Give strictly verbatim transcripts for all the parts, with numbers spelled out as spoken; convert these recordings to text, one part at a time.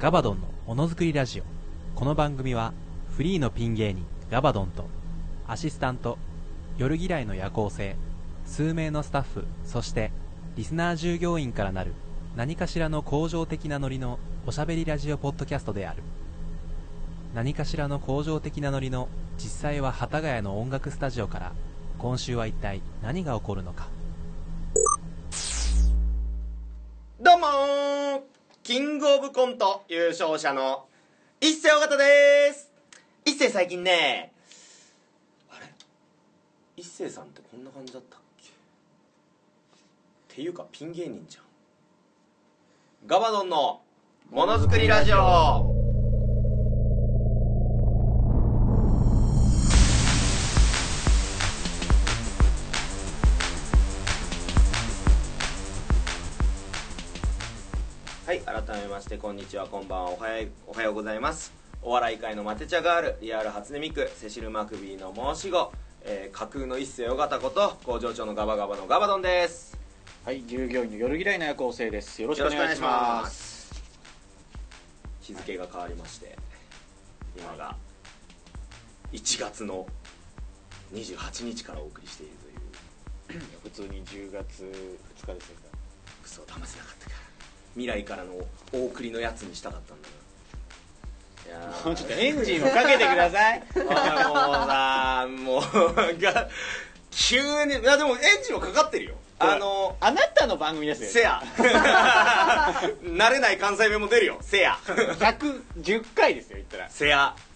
ガバドンのものづくりラジオ。この番組はフリーのピン芸人ガバドンとアシスタント、夜嫌いの夜行性、数名のスタッフ、そしてリスナー従業員からなる何かしらの向上的なノリのおしゃべりラジオポッドキャストである。何かしらの向上的なノリの実際は幡ヶ谷の音楽スタジオから、今週は一体何が起こるのか。 どうもー、キングオブコント優勝者の一世尾形でーす。一世最近ね、あれ一世さんってこんな感じだったっけっていうかピン芸人じゃん。ガバドンのものづくりラジオ。はい、改めましてこんにちは、こんばんは、おはよう、おはようございます。お笑い界のマテ茶ガール、リアル初音ミク、セシル・マクビーの申し子、えー、架空の一世尾形こと工場長のガバガバのガバドンです。 はい、従業員の夜嫌いな夜行性です。よろしくお願いします。 日付が変わりまして、今がいちがつのにじゅうはちにちからお送りしているという。 普通にじゅうがつふつかですね。 クソ騙せなかったか。未来からのお送りのやつにしたかったんだな。いやもうちょっとエンジンをかけてください。 もうさ、もうが急に、いやでもエンジンはかかってるよ。あのあなたの番組ですよ。 せや慣れない関西弁も出るよ。せやひゃくじゅっかいですよ、言ったら。 せや、 はい、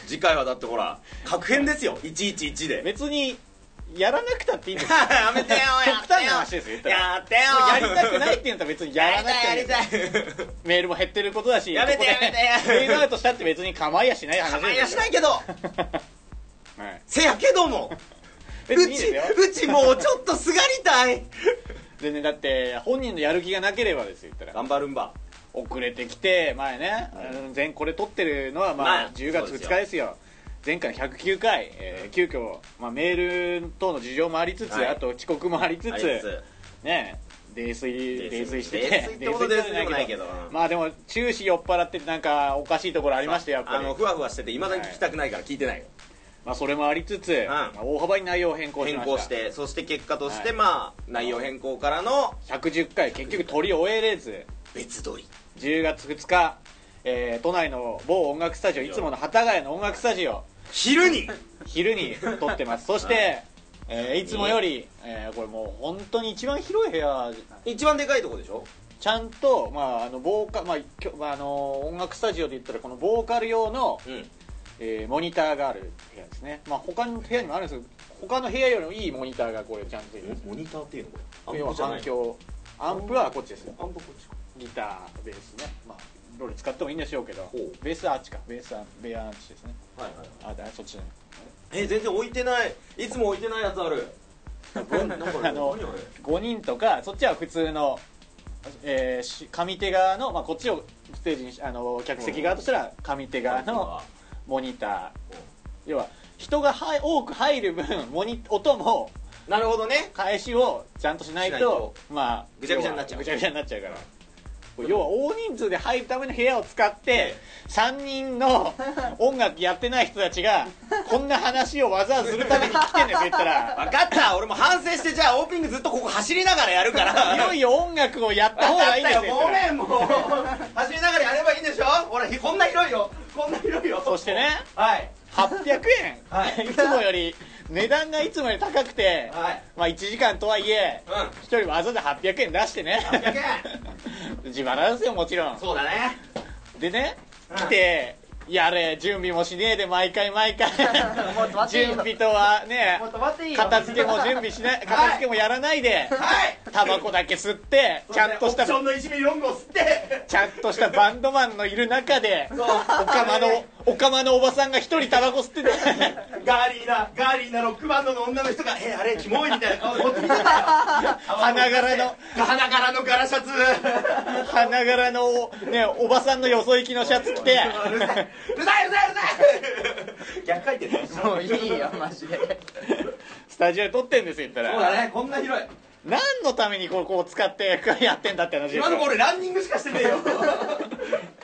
次回はだってほら確変ですよ。いちいちいちで別にやらなくたっていいんですよ。 やめてよ、 極端な話ですよ、言ったら。 やってよ、 やりたくないって言うんだったら別にやらなくてもいいですよ。 やりたいやりたいメールも減ってることだし、 やめてやめてメールアウトしたって別に構いやしない話ですよ。 構いやしないけどはい、 せやけども別にいいですよ。 うちうちもうちょっとすがりたい。 全然だって本人のやる気がなければですよ、言ったら。 頑張るんば。 遅れてきて前ね、うん、前これ撮ってるのはまあ、まあ、じゅうがつふつかですよ。前回のひゃくきゅうかい、えー、急遽、まあ、メール等の事情もありつつ、はい、あと遅刻もありつつ、つね、泥酔泥酔してて、 泥酔ってことでもないけど、 まあでも終始酔っ払ってなんかおかしいところありましたよ、やっぱり。 あのふわふわしてていまだに聞きたくないから聞いてないよ。はい、 まあそれもありつつ、うん、まあ、大幅に内容を変更しました。 変更して、そして結果として、はい、まあ内容変更からのひゃくじゅっかい結局取り終えれず、 別撮りじゅうがつふつか、えー、都内の某音楽スタジオ、いつもの幡ヶ谷の音楽スタジオ、 昼に昼に撮ってます。そして、はい、えー、いつもより、えー、これもう本当に一番広い部屋、 一番でかいとこでしょ。 ちゃんと、まあ、あのボーカ、まあきょまあ、あの音楽スタジオで言ったらこのボーカル用の、うん、えー、モニターがある部屋ですね。まあ他の部屋にもあるんですけど、他の部屋よりもいいモニターがこれちゃんとついてます。 モニターっていうのこれ要は環境、アンプはこっちですよ。 アンプこっちか。 ギター、ベースね、まあどれ使ってもいいんでしょうけど、ベースはあっちか、ベースはベアーチですね。はいはい、あ、そっちじゃない。 え、全然置いてない、いつも置いてないやつある。 あのごにんとか、そっちは普通の、えー、上手側の、まあ、こっちをステージに、あの客席側としたら上手側のモニター、要は人がは多く入る分モニ音もなるほどね、 返しをちゃんとしないと、まあぐちゃぐちゃになっちゃう、 ぐちゃぐちゃになっちゃうから。要は大人数で入るための部屋を使ってさんにんの音楽やってない人たちがこんな話をわざわざするために来てんですよ、言ったら。 分かった、俺も反省して、じゃあオープニングずっとここ走りながらやるからいよいよ音楽をやった方がいいですよ。 ごめん、もう走りながらやればいいんでしょ。ほらこんな広いよ、こんな広いよ。 そしてね、 はい、 はっぴゃくえん、はい、いつもより値段がいつもより高くて、はい、まあいちじかんとはいえ、うん、ひとりわざわざはっぴゃくえん出してね、はっぴゃくえん自腹ですよ、もちろん。 そうだね。 でね、来てやれ、準備もしねえで毎回毎回準備とはね、片付けも準備しない、片付けもやらないで、タバコだけ吸って、ちゃんとしたオプションのいちミリよん号吸ってちゃんとしたバンドマンのいる中で、おかまのおかまのおばさんが一人タバコ吸っててガーリーなガーリーなロックバンドの女の人が「えあれキモい」みたいな顔で持って見てたよ。 花柄の花柄の柄シャツ花柄のね、おばさんのよそ行きのシャツ着てうるさいうるさいうるさい逆回転ね。 もういいよマジで。 スタジオで撮ってんですよ、言ったら。 そうだね、こんな広い。 何のためにここを使ってやってんだって話ですよ。 今のこれランニングしかしてねえよ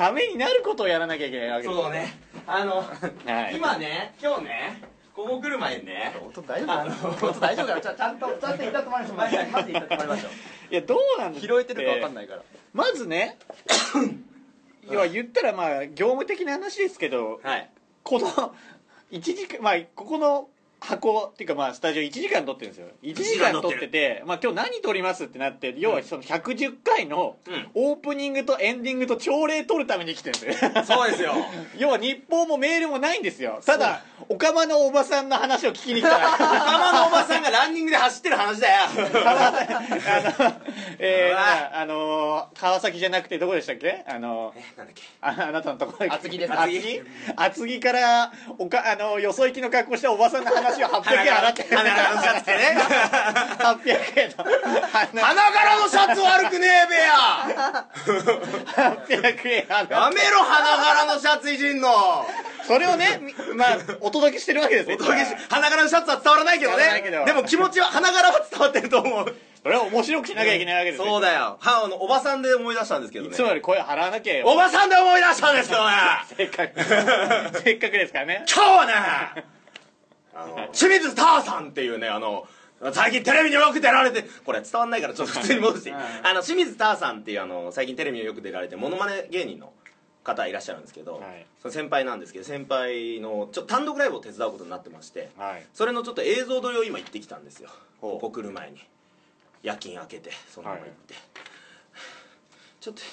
ためになることをやらなきゃいけないわけです。 そうね、あの、 はい、 今ね今日ねここ来る前にね、 音大丈夫あの音大丈夫だよ、ちゃちゃんとちゃんと言ったと思いましょう。マジで言ったと思いましょう。 いやどうなんだ拾えてるか分かんないから。 まずね要は言ったらまあ業務的な話ですけど、 はい、 このいちじかん、まあここの箱っていうかまあスタジオいちじかん撮ってるんですよ。いちじかん撮ってて、まあ今日何撮りますってなって、要はそのひゃくじゅっかいのオープニングとエンディングと朝礼撮るために来てるんですよ。 そうですよ。 要は日報もメールもないんですよ。ただおかまのおばさんの話を聞きに来た。 おかまのおばさんがランニングで走ってる話だよ。 あの、えー、あの川崎じゃなくてどこでしたっけ？あのえなんだっけ？ ああなたのところ厚木です。 厚木厚木からおかあのよそ行きの格好したおばさんの話をはっぴゃくえん払って花柄のシャツでね。 はっぴゃくえんの花柄のシャツ悪くねえべや。 はっぴゃくえんやめろ花柄のシャツいじんの。 それをねまあお届けしてるわけですよ。 お届けし花柄のシャツは伝わらないけどね。でも気持ちは花柄は伝わってると思う。 それは面白くしなきゃいけないわけですよ。 そうだよ。はあのおばさんで思い出したんですけどね。 いつもより声払わなきゃよ。 おばさんで思い出したんですけどね。 せっかくせっかくですからね。 今日はねあの清水ターさんっていうね、あの最近テレビによく出られて、これ伝わんないからちょっと普通に戻していい？あの清水ターさんっていうあの最近テレビによく出られてモノマネ芸人の方いらっしゃるんですけど、はい、その先輩なんですけど、先輩のちょっと単独ライブを手伝うことになってまして、はい、それのちょっと映像撮りを今行ってきたんですよ。ここ来る前に夜勤明けてそのまま行って、はい、ちょっと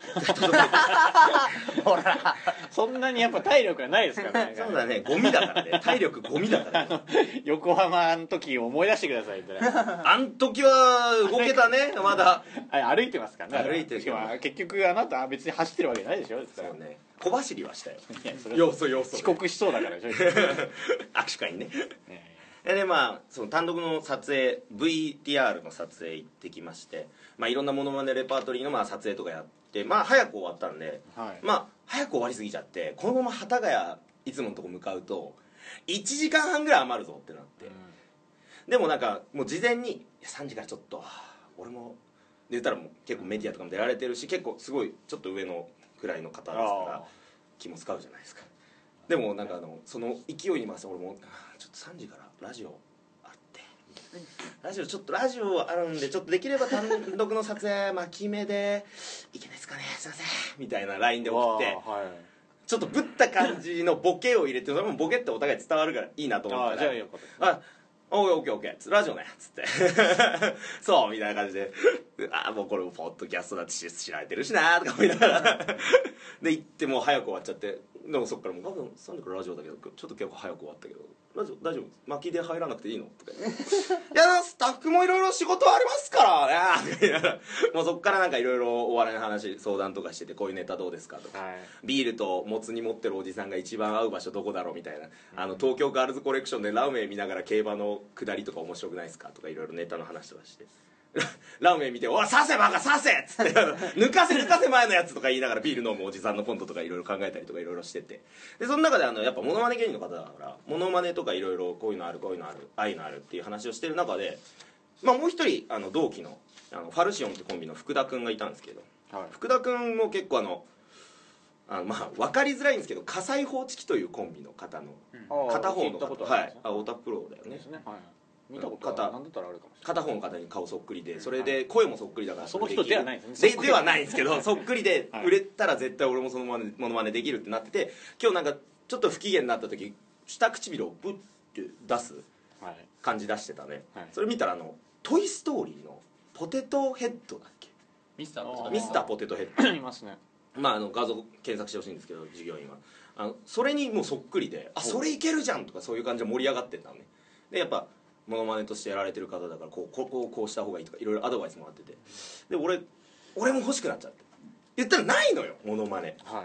ほらそんなにやっぱ体力がないですからね。 そうだね、ゴミだからね。体力ゴミだからね。 横浜の時を思い出してくださいってね。 あん時は動けたね。まだ歩いてますからね。 歩いてるけど結局あなた別に走ってるわけないでしょ。 そうね、小走りはしたよ。 要素要素遅刻しそうだからでしょ。 握手会にね。でまあその単独の撮影 ブイティーアール の撮影行ってきまして、まあいろんなモノマネレパートリーのまあ撮影とかやって、まあ早く終わったんで、はい、まあ早く終わりすぎちゃって、このまま幡ヶ谷いつものとこ向かうといちじかんはんぐらい余るぞってなって、うん、でもなんかもう事前にさんじからちょっと俺もで言ったらもう結構メディアとかも出られてるし、結構すごいちょっと上のくらいの方ですから気も使うじゃないですか。でもなんかあのその勢いに回して俺もちょっとさんじからラジオあってラジオちょっとラジオあるんでちょっとできれば単独の撮影巻き目でいけないですかね、すいませんみたいな ライン で送って、はい、ちょっとぶった感じのボケを入れて、それもボケってお互い伝わるからいいなと思ったら、あじゃあよかった、あオーケーオーケーオーケーラジオねっつってそうみたいな感じであもうこれもポッドキャストだって知られてるしなとか思いながらで行ってもう早く終わっちゃって、でもそっからもう多分さんじからラジオだけどちょっと結構早く終わったけどラジオ大丈夫巻きで入らなくていいのとかいやスタッフもいろいろ仕事ありますからねとか言いながらもうそっからなんかいろいろお笑いの話相談とかしてて、こういうネタどうですかとか、はい、ビールともつ煮持ってるおじさんが一番合う場所どこだろうみたいな、うん、あの東京ガールズコレクションでランウェイ見ながら競馬の下りとか面白くないですかとかいろいろネタの話とかしてランウェイ見て「おい刺せバカ刺せ!」っつって抜かせ抜かせ前のやつとか言いながらビール飲むおじさんのコントとかいろいろ考えたりとかいろいろしてて、でその中であのやっぱモノマネ芸人の方だからモノマネとかいろいろこういうのあるこういうのある愛のあるっていう話をしてる中で、まあもう一人あの同期のあのファルシオンってコンビの福田君がいたんですけど、はい、福田君も結構あのあのまあ分かりづらいんですけど火災報知器というコンビの方の、うん、片方の方、はい、あ太田プロだよね。ですね、はい、見たことは何だったらあるかもしれない。片方の方に顔そっくりで、それで声もそっくりだから、 その人ではないんですね。 でではないんですけどそっくりで売れたら絶対俺もそのモノマネできるってなってて、今日なんかちょっと不機嫌になった時下唇をブッて出す感じ出してたね、はい、それ見たらあのトイストーリーのポテトヘッドだっけ、 ミスターミスターポテトヘッドいますね。 まああの画像検索してほしいんですけど従業員はあのそれにもうそっくりで、あそれいけるじゃんとかそういう感じで盛り上がってたのね。でやっぱモノマネとしてやられてる方だからこうこうこうこうした方がいいとかいろいろアドバイスもらってて、で俺俺も欲しくなっちゃって、言ったらないのよモノマネ、はい、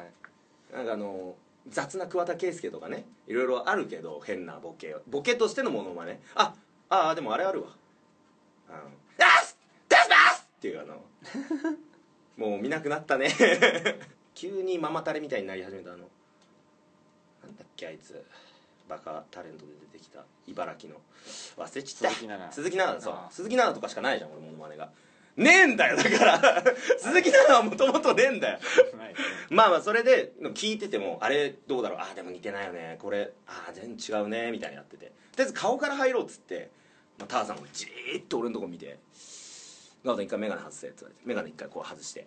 なんかあの雑な桑田佳祐とかねいろいろあるけど変なボケボケとしてのモノマネ、ああでもあれあるわ、あのダスダスダスっていうあのもう見なくなったね急にママタレみたいになり始めたあのなんだっけあいつバカタレントで出てきた茨城の忘れちった鈴木奈々、鈴木奈々そう鈴木奈々とかしかないじゃん俺モノマネが。 ねえんだよだから鈴木奈々はもともとねえんだよまあまあそれで聞いててもあれどうだろう、あでも似てないよねこれ、あ全然違うねみたいになってて、とりあえず顔から入ろうっつって、まあ、ターさんもじーっと俺のとこ見て「ガオさん一回眼鏡外せ」って言われて眼鏡一回こう外して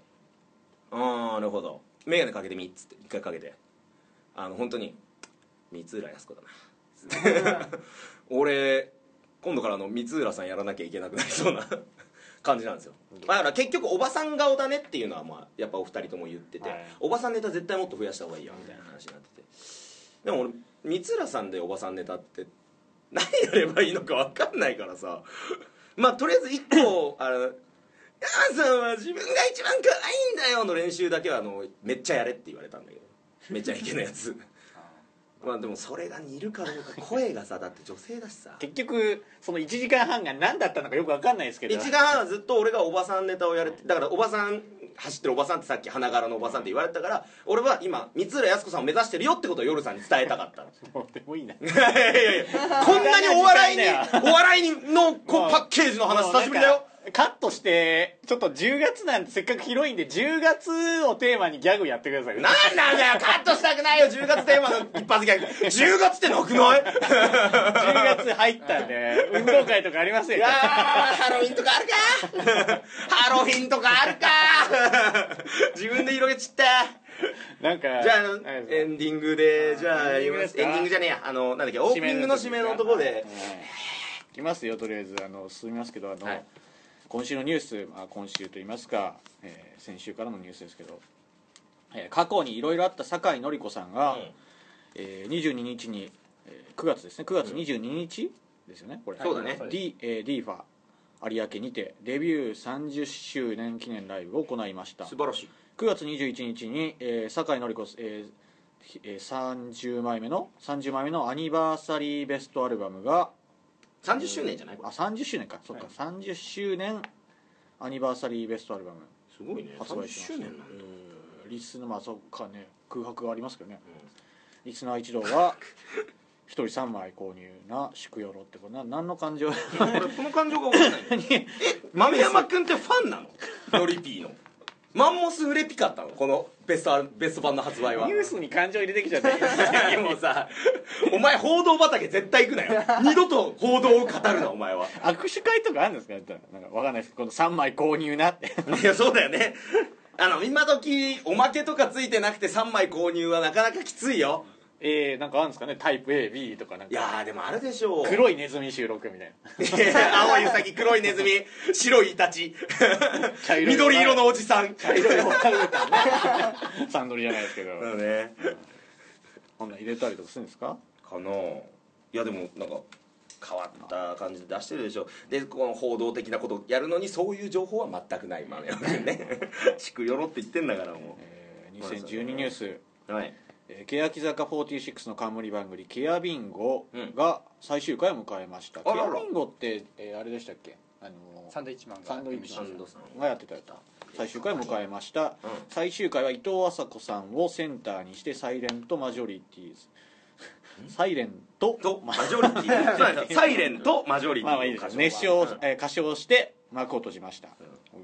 「ああなるほど眼鏡かけてみ」っつって一回かけて、あの本当に三浦靖子だな俺今度からあの三浦さんやらなきゃいけなくなりそうな感じなんですよ。だから結局おばさん顔だねっていうのはまあやっぱお二人とも言ってて、はい、おばさんネタ絶対もっと増やした方がいいよみたいな話になってて、でも俺三浦さんでおばさんネタって何やればいいのか分かんないからさまあとりあえず一個あの「ヤーさんは自分が一番可愛いんだよ」の練習だけはあのめっちゃやれって言われたんだけど、めっちゃイケのやつまあでもそれが似るかどうか、声がさだって女性だしさ結局そのいちじかんはんが何だったのかよく分かんないですけど、 いちじかんはんはずっと俺がおばさんネタをやるって、だからおばさん走ってるおばさんってさっき花柄のおばさんって言われたから、俺は今三浦靖子さんを目指してるよってことを夜さんに伝えたかったもうでもいいないやいやいやこんなにお笑いにお笑いのこうパッケージの話久しぶりだよ。 カットしてちょっとじゅうがつなんてせっかく広いんでじゅうがつをテーマにギャグやってください。 なんなんだよカットしたくないよじゅうがつテーマの一発ギャグじゅうがつってなくないじゅうがつ入ったんで運動会とかありますよ。 いやハロウィンとかあるかハロウィンとかあるか自分で広げちったなんかじゃあ、あのエンディングでじゃあやります。エンディングじゃねえや、あのなんだっけオープニングの締めのところでいきますよ。とりあえずあの進みますけど、あの、はい、今週のニュース、まあ、今週といいますか、えー、先週からのニュースですけど、えー、過去にいろいろあった酒井紀子さんが、うんえー、にじゅうににちに、えー、くがつですねくがつにじゅうににちですよねこれ、 そうだね D、えー、ディーファ有明にてデビューさんじゅっしゅうねん記念ライブを行いました。 素晴らしい。 くがつにじゅういちにちに、えー、酒井紀子、えーえー、さんじゅうまいめのさんじゅうまいめのアニバーサリーベストアルバムがさんじゅっしゅうねんじゃない？ あさんじゅっしゅうねんか、そっか、はい、さんじゅっしゅうねんアニバーサリーベストアルバムすごいね発売しました。さんじゅっしゅうねんなんだ。リスナーまあそうかね空白がありますけどね、うん、リスナー一同はひとりさんまい購入な祝よろってこれ何の感情俺この感情が分かんないえ豆山君ってファンなのノリピーのマンモスフレピカったのこのベストベスト版の発売は。 ニュースに感情入れてきちゃったいやもうさお前報道畑絶対行くなよ二度と報道を語るなお前は。 握手会とかあるんですか？なんか分かんないですこのさんまい購入なっていやそうだよねあの今時おまけとかついてなくてさんまい購入はなかなかきついよ。 えー、なんかあるんですかねタイプ エービー とかなんか。 いやーでもあるでしょう。 黒いネズミ収録みたいな青いウサギ黒いネズミ白いイタチ緑色のおじさん茶色いオカルータンねサンドリじゃないですけどそうねこんなん入れたりとかするんですかかな。いやでもなんか変わった感じで出してるでしょ。でこの報道的なことをやるのにそういう情報は全くない豆山君ね地区よろって言ってんだからもう、 えー、にせんじゅうにニュース、 はいえー、欅坂フォーティーシックスの冠番組「ケアビンゴ」が最終回を迎えました、うん、ケアビンゴって、えー、あれでしたっけ、あのー、 サンドイッチマンがサンドイッチマンがやってたやつ最終回を迎えました、うん、最終回は伊藤麻子さんをセンターにしてサイレントマジョリティーズサイレントとマジョリティサイレントマジョリティまあまあいいです熱唱、えー、歌唱して幕を閉じました、うん、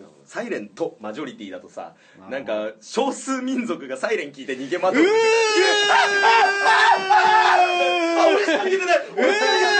サイレントマジョリティだとさなんか少数民族がサイレン聞いて逃げ惑う。うーああ俺しか逃げてない俺しか逃げて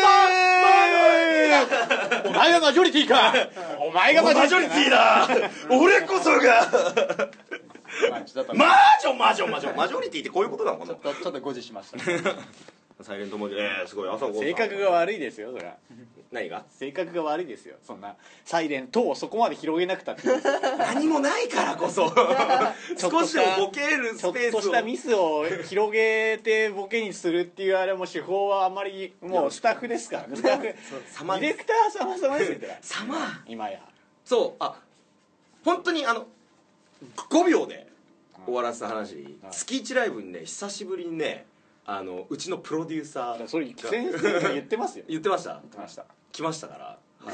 ないお前がマジョリティかお前がマジョリティだ俺こそがマジョマジョマジョマジョリティってこういうことなのかな。 ちょっとちょっと誤字しましたサイレント文字えー、すごい朝ごはん性格が悪いですよそれは何が性格が悪いですよそんなサイレントをそこまで広げなくたって何もないからこそ少しでもボケるスペースをちょっとしたミスを広げてボケにするっていうあれも手法はあんまりもうスタッフですからスタッフディレクター様様ですよ様今やそうあ本当にあのごびょうで終わらせた話、はい、月いちライブにね久しぶりにねあのうちのプロデューサーそれ先生言ってますよ言ってました言ってました来ましたから、はい、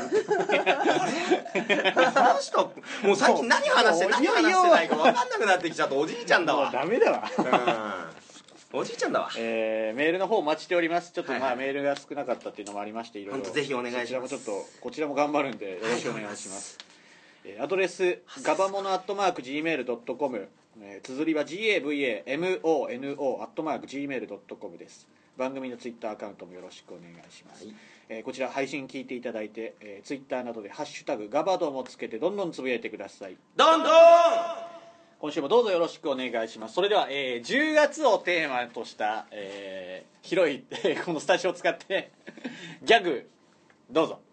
あれ話したもう最近何話して何話してないか分かんなくなってきちゃったおじいちゃんだわもうダメだわおじいちゃんだわ。 えーメールの方お待ちしております。ちょっとまあ、 はいはいメールが少なかったっていうのもありまして、いろいろほんとぜひお願いします。 そちらもちょっとこちらも頑張るんでよろしくお願いします。えーアドレスガバモノアットマーク ジーメールドットコム、えー、綴りは ジーエーブイエーエムオーエヌオー アットマーク ジーメールドットコム です。番組のツイッターアカウントもよろしくお願いします。はい、えーこちら配信聞いていただいて、えー、ツイッターなどでハッシュタグガバドンをつけてどんどんつぶやいてください。 どんどん今週もどうぞよろしくお願いします。それでは、えー、じゅうがつをテーマとした、えー広いこのスタジオを使ってギャグどうぞ。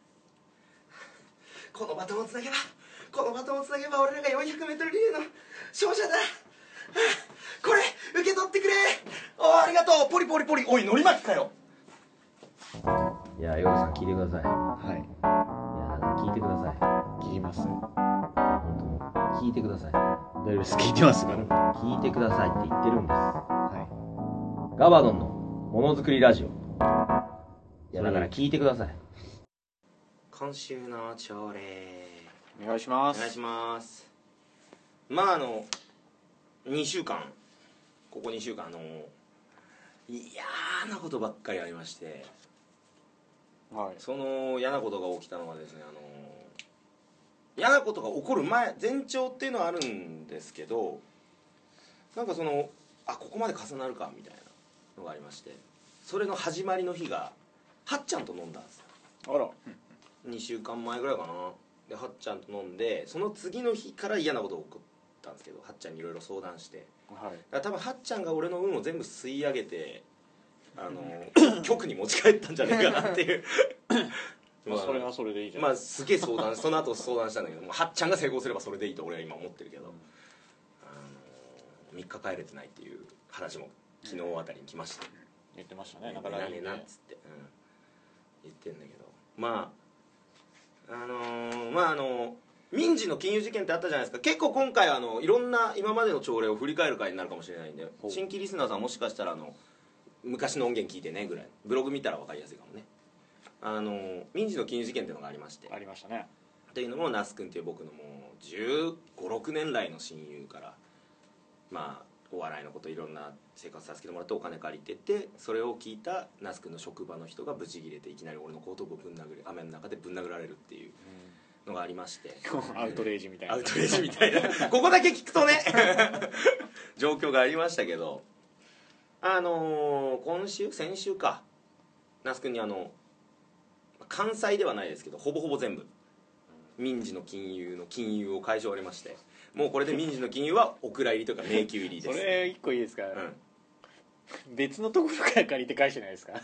このバトンをつなげばこのバトンをつなげば俺らが よんひゃくメートル リレーの勝者だ。これ受け取ってくれ。おありがとう。ポリポリポリ。おいのり巻きかよ。 いや、ヨウさん聞いてください。 はい、 いや、だから聞いてください。 聞きます。 本当、聞いてください。 大丈夫です、聞いてますから。 聞いてくださいって言ってるんです。 はガバドンのものづくりラジオ。いや、だから聞いてください。 今週の朝礼い、お願いします。 お願いします。まああのにしゅうかんここにしゅうかんあの嫌なことばっかりありまして、 はい、 その嫌なことが起きたのはですね、あの嫌なことが起こる前前兆っていうのはあるんですけど、なんかそのあここまで重なるかみたいなのがありまして、それの始まりの日がはっちゃんと飲んだんですよ。 あら、 にしゅうかんまえぐらいかな。ではっちゃんと飲んで、その次の日から嫌なことが起こったんですけど、はっちゃんにいろいろ相談して、 はい、 だから多分はっちゃんが俺の運を全部吸い上げてあの局に持ち帰ったんじゃないかなっていうまあそれはそれでいいじゃん。 まあすげえ相談その後相談したんだけど、もうはっちゃんが成功すればそれでいいと俺は今思ってるけど、うん、あのみっか帰れてないっていう話も昨日あたりに来ました、 言ってましたね。なんかか ライン でなっつって、うん、言ってんだけど、まああのー、まああの民事の金融事件ってあったじゃないですか。結構今回あのいろんな今までの朝礼を振り返る回になるかもしれないんで、新規リスナーさんもしかしたらあの昔の音源聞いてねぐらい、ブログ見たら分かりやすいかもね。あの民事の金融事件っていうのがありまして、 ありましたね。 っていうのも那須君っていう僕のもうじゅうご、ろくねん来の親友から、まあお笑いのこといろんな生活させてもらってお金借りてて、それを聞いた那須君の職場の人がブチギレていきなり俺の後頭部をぶん殴る、雨の中でぶん殴られるっていうのがありまして、 アウトレイジみたいなアウトレイジみたいなここだけ聞くとね状況がありましたけど、あのー、今週先週か那須君にあの関西ではないですけどほぼほぼ全部民事の金融の金融を返し終わりまして、もうこれで民事の金融はお蔵入りとか迷宮入りです。 それ一個いいですか、 うん、 別のところから借りて返してないですか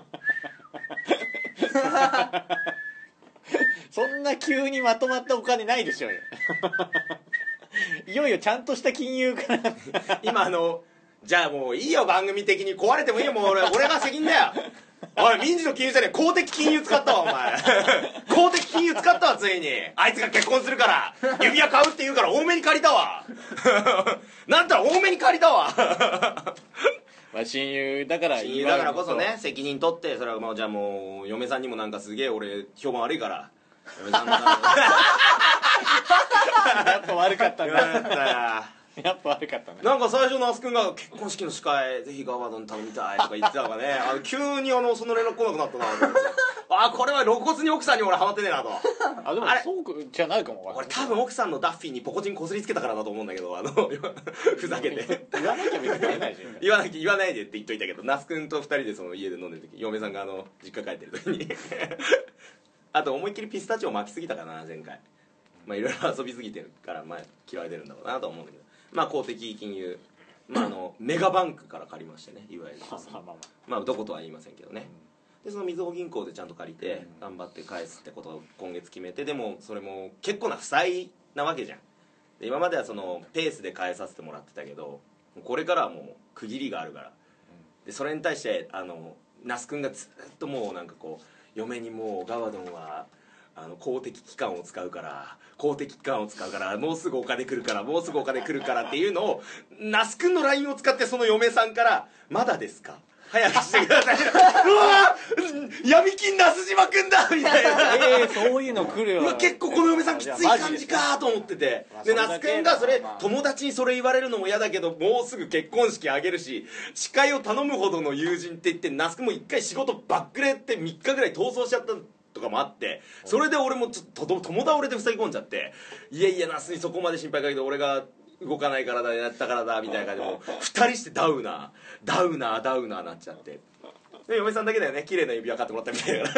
そんな急にまとまったお金ないでしょうよいよいよちゃんとした金融から今あのじゃあもういいよ、番組的に壊れてもいいよ、もう 俺, 俺が責任だよおい民事の金融じゃねえ、公的金融使ったわお前公的金融使ったわ、ついにあいつが結婚するから指輪買うって言うから多めに借りたわなんたら多めに借りたわまあ親友だから親友だからこそね、責任取って、それはもうじゃあもう嫁さんにもなんかすげえ俺評判悪いから嫁さんがやっぱ悪かったんだ言われたやっぱ悪かったね。 なんか最初那須君が結婚式の司会ぜひガバドン頼みたいとか言ってたからねあの急にあのその連絡来なくなったなと思ってあこれは露骨に奥さんに俺ハマってねえなとあでもあれそうじゃないかも俺多分奥さんのダッフィーにポコチンこすりつけたからだと思うんだけど、あのふざけて言わなきゃ別に言えないじゃん言わなきゃ言わないでって言っといたけど、那須君とふたりでその家で飲んでる時、嫁さんがあの実家帰ってる時にあと思いっきりピスタチオ巻きすぎたかな前回、まあいろいろ遊びすぎてるからまあ嫌われてるんだろうなと思うんだけど、まあ公的金融、まああのメガバンクから借りましてね、いわゆるまあまあまあまあどことは言いませんけどね、でそのみずほ銀行でちゃんと借りて頑張って返すってことを今月決めて、でもそれも結構な負債なわけじゃん。で今まではそのペースで返させてもらってたけど、これからはもう区切りがあるから、でそれに対してあの那須君がずっともうなんかこう嫁にもうガバドンはあの公的機関を使うから公的機関を使うからもうすぐお金来るからもうすぐお金来るからっていうのを那須君の ライン を使ってその嫁さんから「まだですか早くしてください。うわ闇金那須島くんだみたいな。 えー、そういうの来るよ。 うわ結構この嫁さんきつい感じかと思ってて、で那須くんがそれ友達にそれ言われるのも嫌だけどもうすぐ結婚式あげるし司会を頼むほどの友人って言って那須くんも一回仕事バックレってみっかぐらい逃走しちゃったとかもあって、それで俺もちょっと友倒れで塞ぎ込んじゃって、いやいや那須にそこまで心配かけて俺が動かないからだやったからだみたいな感じでもうふたりしてダウナーダウナーダウナーなっちゃって、で嫁さんだけだよね綺麗な指輪買ってもらったみたいな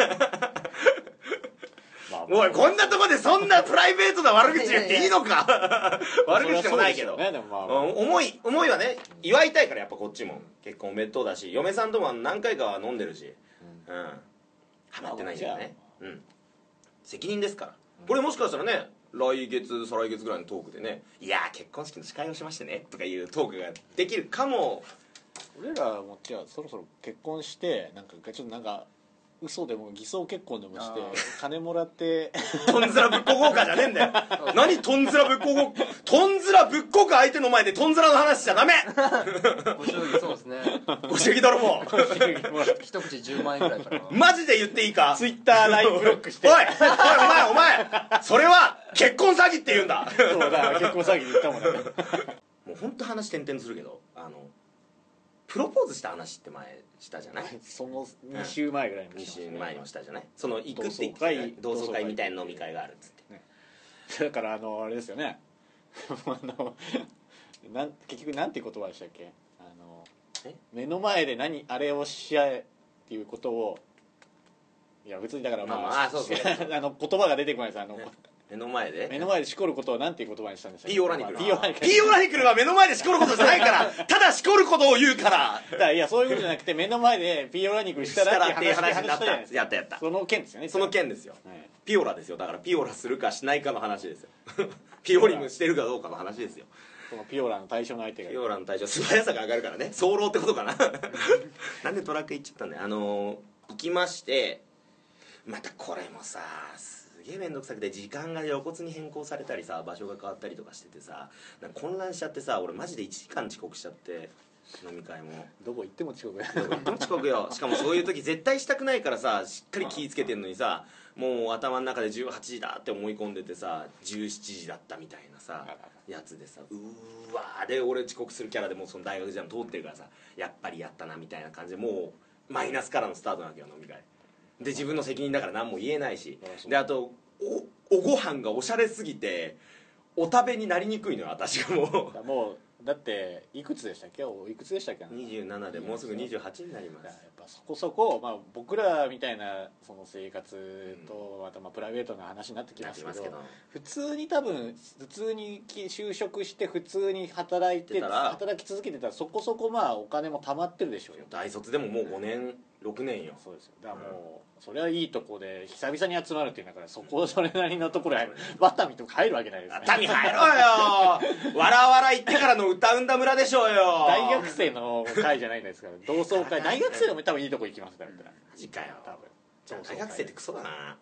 おいこんなとこでそんなプライベートな悪口言っていいのか悪口でもないけど、 ね、でもまあ、 思い思いはね祝いたいからやっぱこっちも結婚おめでとうだし嫁さんとも何回かは飲んでるし、うん、ハマってないんだよね、うん、責任ですから、これもしかしたらね来月再来月ぐらいのトークでねいや結婚式の司会をしましてねとかいうトークができるかも。 俺らもじゃあそろそろ結婚してなんかちょっとなんか嘘でも偽装結婚でもして金もらってトンズラぶっここうかじゃねえんだよ何トンズラぶっここうトンズラぶっこく相手の前でトンズラの話しちゃダメご祝儀そうですねご祝儀泥棒一口じゅうまんえんぐらいかなマジで言っていいかツイッター ライン ブロックしておいおいお前お前それは結婚詐欺って言うんだそうだ結婚詐欺で言ったもんねもう本当話転々するけどあのプロポーズした話って前したじゃないそのに週前ぐらいにに週前にもしたじゃないその行くって言ってたね同窓会みたいな飲み会があるっつって、 ね、だからあのあれですよねあのなん結局なんていう言葉でしたっけあの目の前で何あれをし合えっていうことをいや別にだからまあ、まあまあ、そうそうあの言葉が出てこないですあの、ね目の前で目の前でしこることをなんていう言葉にしたんでしたっけピーオラニクルピーオラニクルピーオラニクルは目の前でしこることじゃないからただしこることを言うからだからいやそういうことじゃなくて目の前でピーオラニクルしたらっていう話になったやったやったその件ですよねその件ですよ、はい、ピオラですよだからピオラするかしないかの話ですよピオリムしてるかどうかの話ですよそのピオラの対象の相手がピオラの対象素早さが上がるからね早漏ってことかななんでトラック行っちゃったんだよあのー、行きましてまたこれもさすげえ面倒くさくて時間が露骨に変更されたりさ場所が変わったりとかしててさなんか混乱しちゃってさ俺マジでいちじかん遅刻しちゃって飲み会もどこ行っても遅刻どこ行っても遅刻よしかもそういう時絶対したくないからさしっかり気ぃつけてんのにさもう頭の中でじゅうはちじだって思い込んでてさじゅうしちじだったみたいなさやつでさうーわーで俺遅刻するキャラでもうその大学時代も通ってるからさやっぱりやったなみたいな感じでもうマイナスからのスタートなわけよ飲み会で自分の責任だから何も言えないしであと お, おご飯がおしゃれすぎてお食べになりにくいのよ私がもうもうだっていくつでしたっけいくつでしたっけにじゅうななでもうすぐにじゅうはちになります。 やっぱそこそこ、まあ、僕らみたいなその生活とまたまあプライベートな話になってきますけど、けど普通に多分普通に就職して普通に働いて働き続けてたらそこそこまあお金も貯まってるでしょうよ。 大卒でももうごねんろくねんよ。 そうですよ。だからもう、うん、それはいいとこで久々に集まるっていうんだからそこそれなりのところへワタミとか入るわけないですね。 ワタミ入ろうよわらわら行ってからの歌うんだ村でしょうよ。 大学生の会じゃないですから同窓会大学生でも多分いいとこ行きますからマジかよ多分じゃあ大学生ってクソだな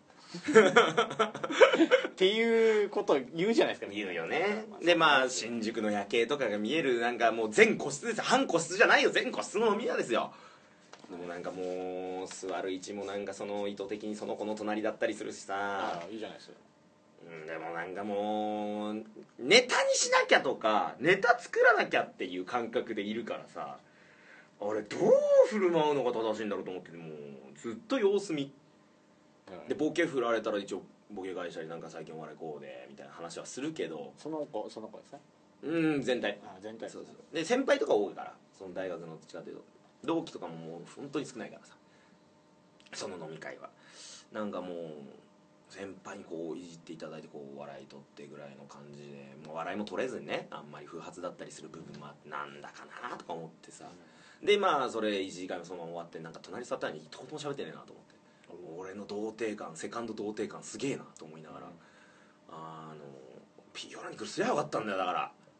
っていうことを言うじゃないですか。 言うよね。でまあ新宿の夜景とかが見えるなんかもう全個室ですよ。半個室じゃないよ全個室の飲み屋ですよ。でもなんかもう座る位置もなんかその意図的にその子の隣だったりするしさああいいじゃないですか。 うんでもなんかもうネタにしなきゃとかネタ作らなきゃっていう感覚でいるからさあれどう振る舞うのが正しいんだろうと思ってもうずっと様子見でボケ振られたら一応ボケ返したりなんか最近お笑いこうでみたいな話はするけどその子その子ですねうん全体あ全体そうそうで先輩とか多いからその大学のどっちかというと同期とかももう本当に少ないからさその飲み会はなんかもう先輩にこういじっていただいてこう笑い取ってぐらいの感じでもう笑いも取れずにねあんまり不発だったりする部分もあってなんだかなとか思ってさ、うん、でまあそれいちじかんそのまま終わってなんか隣座ったのに一言も喋ってねえなと思って俺の童貞感セカンド童貞感すげえなと思いながら、うん、あのピーヨラに来るすりゃよかったんだよだから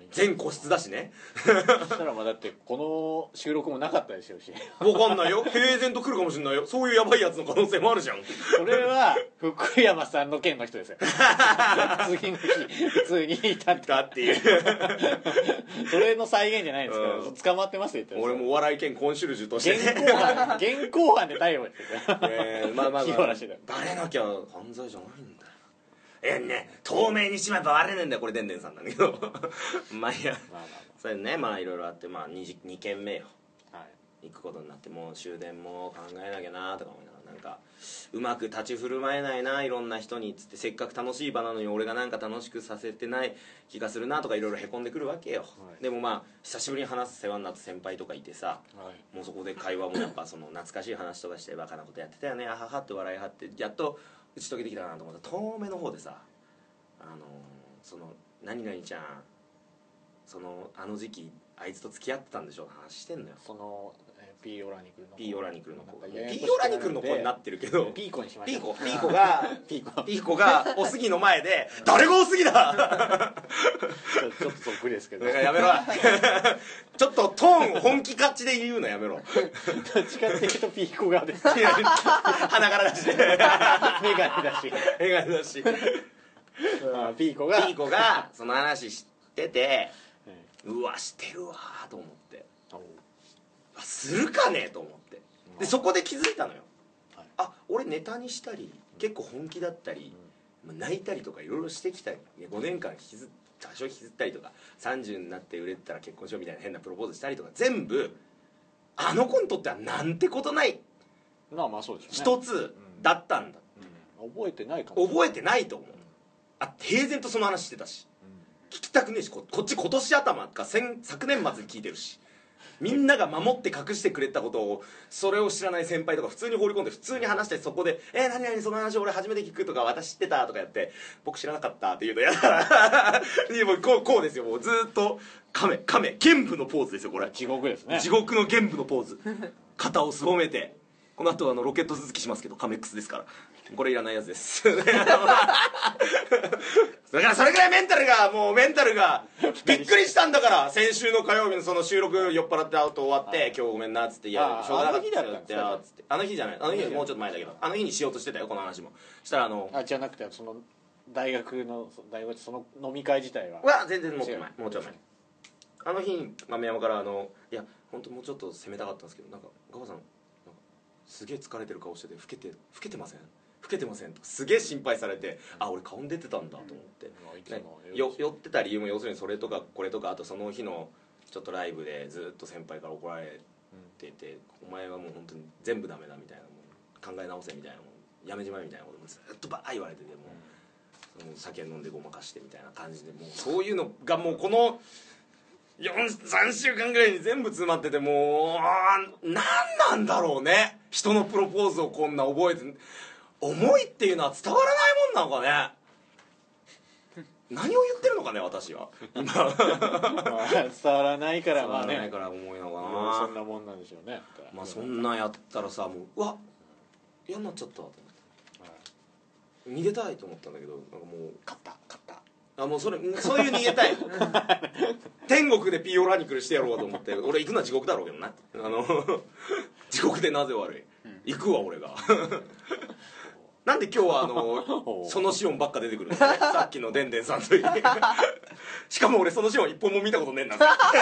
全個室だしね。 そしたらまあだってこの収録もなかったでしょうし分かんないよ、平然と来るかもしれないよ。そういうヤバいやつの可能性もあるじゃん。 それは福山さんの件の人ですよ次の日普通にいたってだっていうそれの再現じゃないですから、 うん捕まってますよ言ったら俺もお笑い兼コンシェルジュとして現行犯現行犯で逮捕ですよえー、まあまあ気まあ晴らしだよバレなきゃ犯罪じゃないんだよ。えね、透明にしまえばバレねえんだよ。これでんでんさんなんだけどまあいいや、 まあまそれね、まあいろいろあって、まあ 2, 2軒目よあまあはい行くことになって、もう終電も考えなきゃなとか思いながら、なんかうまく立ち振る舞えないな、いろんな人にっつって、せっかく楽しい場なのに俺がなんか楽しくさせてない気がするなとかいろいろへこんでくるわけよ、 はい、 でもまあ久しぶりに話す世話になった先輩とかいてさ、 はい、 もうそこで会話もやっぱその懐かしい話とかしてバカなことやってたよね、あははって笑いはってやっと打ち解けてきたかなと思ったら、遠目の方でさ、あのー、その何々ちゃんそのあの時期あいつと付き合ってたんでしょって話してんのよ。 そのピーオラニクルのピーオラニクルの子、 ピピーオラニクルの子になってるけど、 ピーコにしましたピーコピーコがピーコピーコがおすぎの前で誰がおすぎだちょちょっとそっくりですけどだからやめろちょっとトーンを本気勝ちで言うのやめろどっちかっていうとピーコ側です鼻からだしメガネだし眼鏡だしあピーコがピーコがその話知ってて、うわしてるわーと思って、あするかねと思って、でそこで気づいたのよ、 はい、 あ俺ネタにしたり結構本気だったり、うん、泣いたりとかいろいろしてきたり、ごねんかん引きず多少引きずったりとか、さんじゅうになって売れてたら結婚しようみたいな変なプロポーズしたりとか、全部あの子にとってはなんてことないまあまあそうですね一つだったんだ、 うん、覚えてないかも覚えてないと思う、あ平然とその話してたし、聞きたくねえし、 こ, こっち今年頭か先昨年末に聞いてるし、みんなが守って隠してくれたことを、それを知らない先輩とか普通に放り込んで普通に話して、そこで「えー、何々その話俺初めて聞く」とか「私知ってた」とかやって「僕知らなかった」って言うのやだからいやもうこうこうですよ、もうずっと亀亀玄武のポーズですよこれ。 地獄ですね、 地獄の玄武のポーズ肩をすぼめて、この後あのロケット続きしますけどカメックスですから、これいらないやつですだからそれぐらいメンタルがもうメンタルがびっくりしたんだから、先週の火曜日のその収録酔っ払ってアウト終わって「今日ごめんな」っつって「いやしょうがなかったよ」って「つってあの日じゃない、あの日もうちょっと前だけど、あの日にしようとしてたよこの話も。したらあのあじゃなくてその大学の大学その飲み会自体はは全然もっと前、もうちょっと前。あの日に豆山からあの「いや本当もうちょっと攻めたかったんですけど、なんかガバさんなんかすげえ疲れてる顔してて老けて老けてません老けてません」とかすげえ心配されて、あ俺顔に出てたんだと思って、ね、よ酔ってた理由も要するにそれとかこれとか、あとその日のちょっとライブでずっと先輩から怒られてて、お前はもう本当に全部ダメだみたいな、もう考え直せみたいな、もうやめじまえみたいなこともずっとバー言われてて、もうその酒飲んでごまかしてみたいな感じで、もうそういうのがもうこのさんしゅうかんぐらいに全部詰まってて、もう何なんだろうね、人のプロポーズをこんな覚えて、思いっていうのは伝わらないもんなのかね何を言ってるのかね私は今まあ伝わらないからまあね伝わらないから思いながらそんなもんなんでしょうね。 まあそんなやったらさ、もううわ嫌になっちゃったと思って、逃げたいと思ったんだけど、なんかもう勝った勝ったあもうそれそういう逃げたい天国でピーオラニクルしてやろうと思って、俺行くのは地獄だろうけどな、あの地獄でなぜ悪い、行くわ俺がなんで今日はあのそのシオンばっか出てくるんだねさっきのでんでんさんといいしかも俺そのシオン一本も見たことねえんだ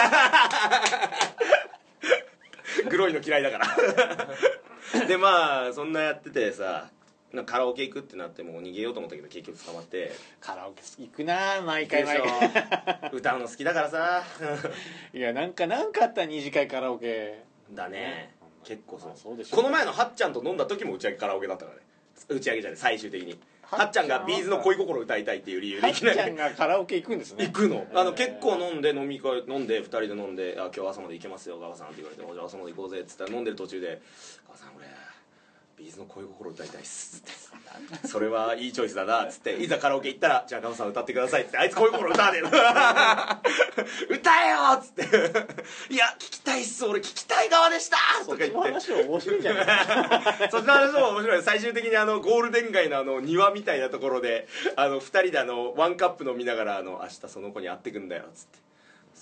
グロいの嫌いだからでまあそんなやっててさ、なんかカラオケ行くってなってもう逃げようと思ったけど結局捕まって。 カラオケ行くな毎回毎回歌うの好きだからさいやなんかなんかあったら二次会カラオケだね、結構そう、 そうでしょこの前のはっちゃんと飲んだ時も打ち上げカラオケだったからね、打ち上げじゃない最終的にはっちゃんがビーズの恋心を歌いたいっていう理由ではいっちゃんがカラオケ行くんですね。 行くの、あの結構飲んで飲み会飲んでふたりで飲んで「あ今日朝まで行けますよガバさん」って言われて「じゃあ朝まで行こうぜ」っつったら飲んでる途中で「ガバさん俺ビーズの恋心歌いたいっす」って「それはいいチョイスだな」っつっていざカラオケ行ったら「じゃあガバさん歌ってください」っつって「あいつ恋心歌わねえの歌えよ」っつって「いや聞きたいっす俺聞きたい側でした」とか言ってそっちの話は面白いじゃないそっちの話も面白い。最終的にあのゴールデン街のあの庭みたいなところであのふたりであのワンカップ飲みながらあの「明日その子に会ってくんだよ」っつって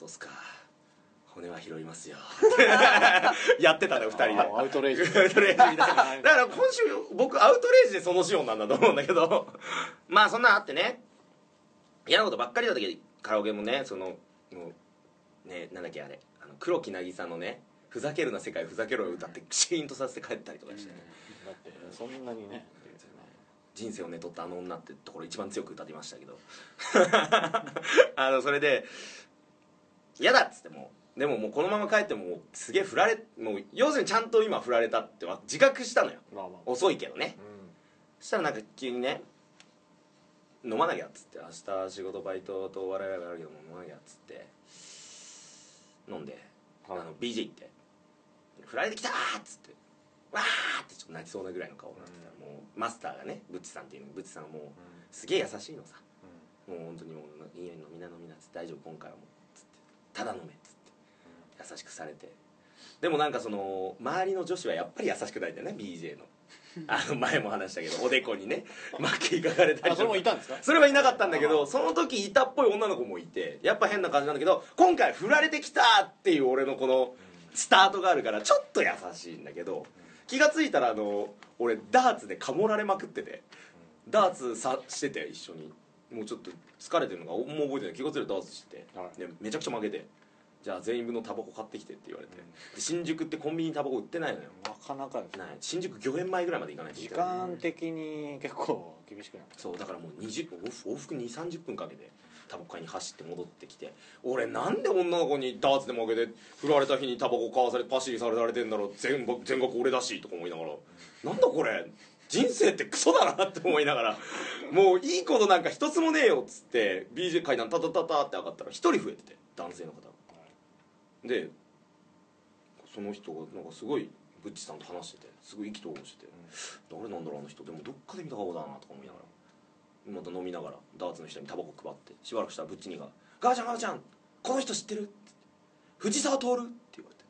そうっすか骨は拾いますよやってたねふたりでアウトレイジアウトレイジみたいなだから今週僕アウトレイジでそのシオンなんだと思うんだけどまあそんなんあってね嫌なことばっかりだったけどカラオケもねそのもうねなんだっけあれあの黒木渚のねふざけるな世界ふざけろよ歌ってシーンとさせて帰ったりとかしてね、 だってそんなにね人生をね取ったあの女ってところ一番強く歌ってましたけどあのそれで嫌だっつってもでももうこのまま帰ってももうすげえ振られもう要するにちゃんと今振られたっては自覚したのよ、 まあまあ遅いけどね、 うんそしたらなんか急にね飲まなきゃっつって明日仕事バイトとお笑いライブあるけども飲まなきゃっつって飲んで、 はい、 あの ビージェー 行って振られてきたーっつってわーってちょっと泣きそうなぐらいの顔になってたら、うん、もうマスターがねブッチさんっていうのブッチさんがもう、うん、すげえ優しいのさ、うん、もう本当にもういいよ飲みな飲みなっつって大丈夫今回はもうつってただ飲めっつって、うん、優しくされてでもなんかその周りの女子はやっぱり優しくないんだよね ビージェー のあの前も話したけどおでこにね巻きかかれたりとかあそれもいたんですかそれはいなかったんだけどその時いたっぽい女の子もいてやっぱ変な感じなんだけど今回振られてきたっていう俺のこのスタートがあるからちょっと優しいんだけど気がついたらあの俺ダーツでかもられまくっててダーツさしてて一緒にもうちょっと疲れてるのがもう覚えてない気がついたらダーツしてて、はい、でめちゃくちゃ負けてじゃあ全員分のタバコ買ってきてって言われて、うん、新宿ってコンビニタバコ売ってないのよなかなかですない新宿御苑前ぐらいまで行かないと時間的に結構厳しくなるそうだからもうにじゅう往復にじゅうさんじゅっぷんかけてタバコ買いに走って戻ってきて俺なんで女の子にダーツで負けて振られた日にタバコ買わされパシリされられてんだろう全額全額俺だしとか思いながら、うん、なんだこれ人生ってクソだなって思いながらもういいことなんか一つもねえよっつって ビージェー 階段タタタタって上がったら一人増えてて男性の方がでその人がなんかすごいブッチさんと話しててすごい意気投合してて、うん、誰なんだろうあの人でもどっかで見た顔だなとか思いながらまた飲みながらダーツの人にタバコ配ってしばらくしたらブッチにが「ガーちゃんガーちゃんこの人知ってる?」って「藤沢徹」って言われて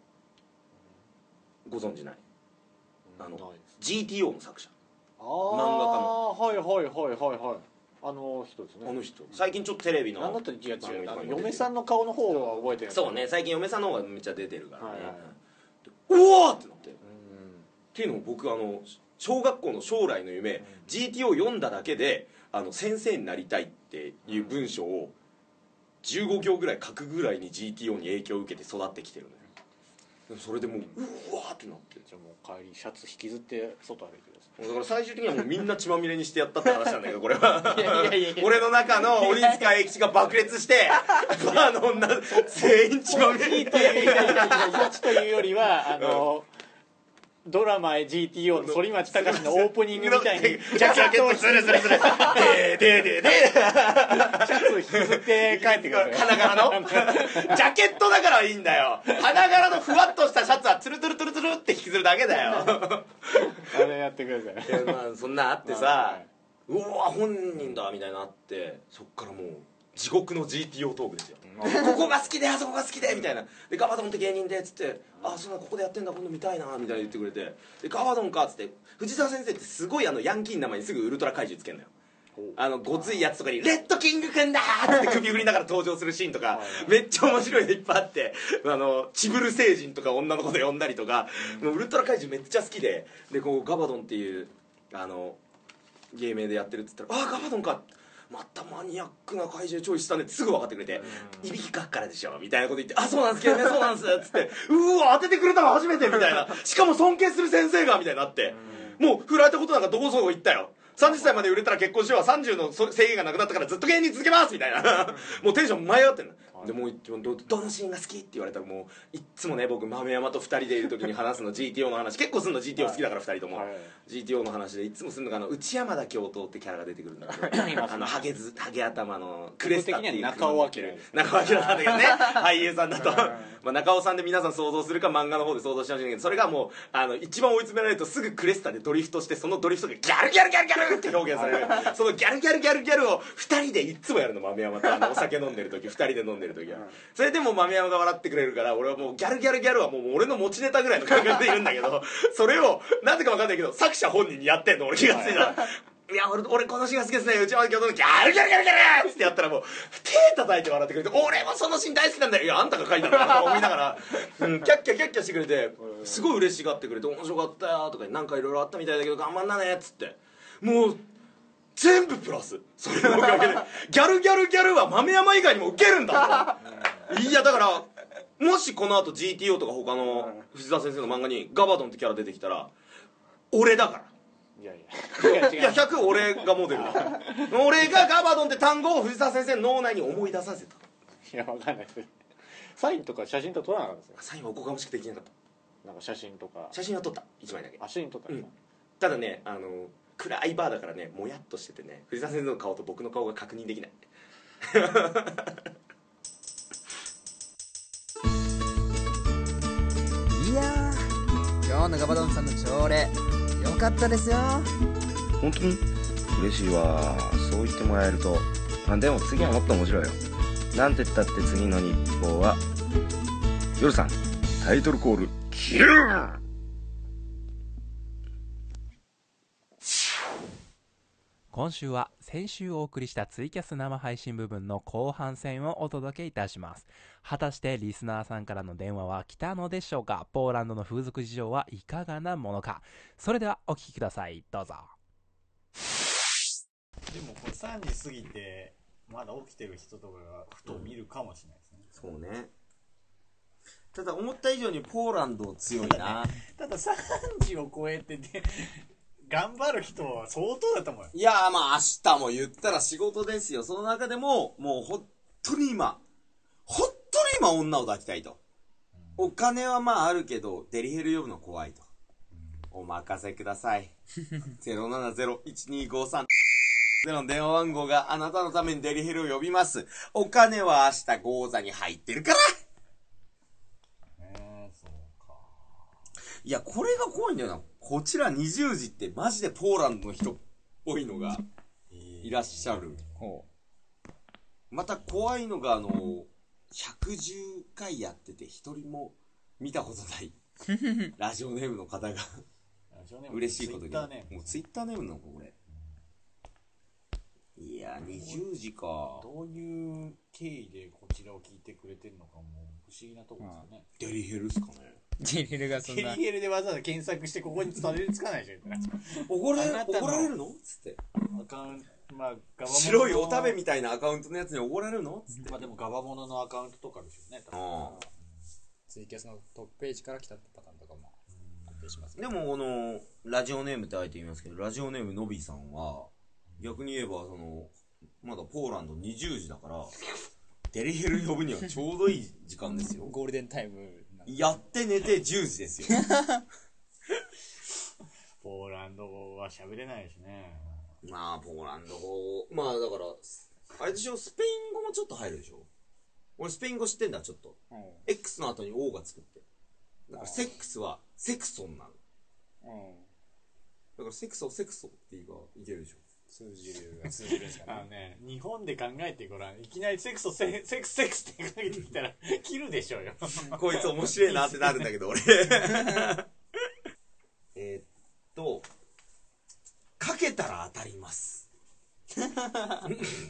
ご存知ないあの ジーティーオー の作者あ漫画家のはいはいはいはいはいあの人ですねあの人最近ちょっとテレビの何だったら違う違うあの嫁さんの顔の方は覚えてるそうね最近嫁さんの方がめっちゃ出てるからね、 はいはい、 うわーってなってっていうのも僕あの小学校の将来の夢、うん、ジーティーオー 読んだだけであの先生になりたいっていう文章をじゅうご行ぐらい書くぐらいに ジーティーオー に影響を受けて育ってきてるのよそれでもううわーってなってじゃあもう帰りシャツ引きずって外歩いてくださいだから最終的にはもうみんな血まみれにしてやったって話なんだけどこれは俺の中の鬼塚英吉が爆裂してバーの女全員血まみれにというというよりはあの、うんドラマ ジーティーオー の反町隆史のオープニングみたいにジャケットズルズルズルででででシャツを引きずって帰ってくる花柄のジャケットだからいいんだよ花柄のふわっとしたシャツはツルツルツルツルって引きずるだけだよあれやってくださいいやまあそんなあってさうわ本人だみたいなあってそっからもう地獄の ジーティーオー トークですよここが好きであそこが好きでみたいなでガバドンって芸人でっつってあそうだここでやってんだ今度見たいなみたいな言ってくれてでガバドンかっつって藤沢先生ってすごいあのヤンキーの名前にすぐウルトラ怪獣つけんのよあのごついやつとかにレッドキングくんだーって首振りながら登場するシーンとかめっちゃ面白いのいっぱいあってあのチブル星人とか女の子で呼んだりとかもうウルトラ怪獣めっちゃ好きででこうガバドンっていうあの芸名でやってるっつったらあガバドンかまたマニアックな怪獣チョイスしたねってすぐ分かってくれて「いびきかっからでしょ」みたいなこと言って「あそうなんですけどねそうなんです」っつって「うわ当ててくれたの初めて」みたいなしかも尊敬する先生がみたいになってもう振られたことなんかどこそこ言ったよさんじゅっさいまで売れたら結婚しようさんじゅうの制限がなくなったからずっと芸人続けますみたいなもうテンション前上がってんのでもうどどのシーンが好きって言われたらもういっつもね僕豆山とふたりでいる時に話すの ジーティーオー の話結構すんの ジーティーオー 好きだからふたりとも、はい、ジーティーオー の話でいっつもすんのがあの内山田教頭ってキャラが出てくるんだけどあのハゲずハゲ頭のクレスタっていう中尾明中尾明なんだけどね俳優さんだとまあ中尾さんで皆さん想像するか漫画の方で想像してほしいんだけどそれがもうあの一番追い詰められるとすぐクレスタでドリフトしてそのドリフトがギャルギャルギャルギャルって表現されるそのギャルギャルギャルギャルをふたりでいっつもやるの豆山とあのお酒飲んでる時ふたりで飲んでる時はそれでも豆山が笑ってくれるから俺はもうギャルギャルギャルはもう俺の持ちネタぐらいの感覚でいるんだけどそれをなぜか分かんないけど作者本人にやってんの俺気がついたらいや俺俺このシーンが好きですね、内山京都のギャルギャルギャルギャルってやったらもう手叩いて笑ってくれて、俺もそのシーン大好きなんだよ、いやあんたが書いたんだなと思いながら、うん、キャッキャキャッキャしてくれて、すごい嬉しがってくれて、面白かったよとか、なんかいろいろあったみたいだけど頑張んなねっつって、もう全部プラス、それのおかげでギャルギャルギャルは豆山以外にもウケるんだといやだからもしこの後 ジーティーオー とか他の藤沢先生の漫画にガバドンってキャラ出てきたら俺だから、 いやいやいやひゃく俺がモデルだ俺がガバドンって単語を藤沢先生の脳内に思い出させた。 いやわかんないです。サインとか写真とか撮らなかったですよ。 サインはおこがましくてできなかった。 なんか写真とか写真は撮ったいちまいだけ。 あ、写真撮ったんですか、 うん、ただねあの暗いバーだからねもやっとしててね、藤沢先生の顔と僕の顔が確認できないいやー今日のガバドンさんの朝礼よかったですよ。 本当に嬉しいわ。そう言ってもらえると。まあでも次はもっと面白いよ。なんて言ったって次の日報は夜さんタイトルコールキュー。 今週は先週お送りしたツイキャス生配信部分の後半戦をお届けいたします。果たしてリスナーさんからの電話は来たのでしょうか。ポーランドの風俗事情はいかがなものか。それではお聞きください、どうぞ。 でもこれさんじ過ぎてまだ起きてる人とかがふと見るかもしれないですね。 そうね。ただ思った以上にポーランド強いなたださんじを超えてて頑張る人は相当だと思うよ。 いやーまあ明日も言ったら仕事ですよ。その中でももう本当に今本当に今女を抱きたいと、うん、お金はまああるけどデリヘル呼ぶの怖いと、うん、お任せくださいゼロななゼロいちにごさんでの電話番号があなたのためにデリヘルを呼びます。お金は明日口座に入ってるから。 えー、そうか。 いやこれが怖いんだよな。こちらにじゅうじってマジでポーランドの人っぽいのがいらっしゃる。また怖いのがあのひゃくじゅっかいやってて一人も見たことないラジオネームの方が嬉しいことにもうツイッターネームなのかこれ。いやにじゅうじか。 どういう経緯でこちらを聞いてくれてるのかも不思議なところですよね。 デリヘルっすかね。 デリヘルがそんなデリヘルでわざわざ検索してここにたどり着かないじゃん怒られる怒られるのつってアカウント、まあ、ガバモノ白いおたべみたいなアカウントのやつに怒られるのつって。 まあでもガバモノのアカウントとかでしょうね。 ああツイキャスのトップページから来たパターンとかもあったりします、ね、 でもこのラジオネームってあえて言いますけど、ラジオネームのびさんは逆に言えばそのまだポーランドにじゅうじだからデリヘル呼ぶにはちょうどいい時間ですよゴールデンタイムやって寝てじゅうじですよポーランド語は喋れないしね。 まあポーランド語まあだからあれでしょ、スペイン語もちょっと入るでしょ。俺スペイン語知ってんだちょっと、うん、X の後に O がつくって。だからセックスはセクソンなの、うん、だからセクソセクソって言えばいけるでしょ。 通じる通じるんですかね。 あのね、日本で考えてごらん。いきなりセクソセセクスセクスってかけてきたら切るでしょうよこいつ面白いなってなるんだけど俺えっとかけたら当たりますか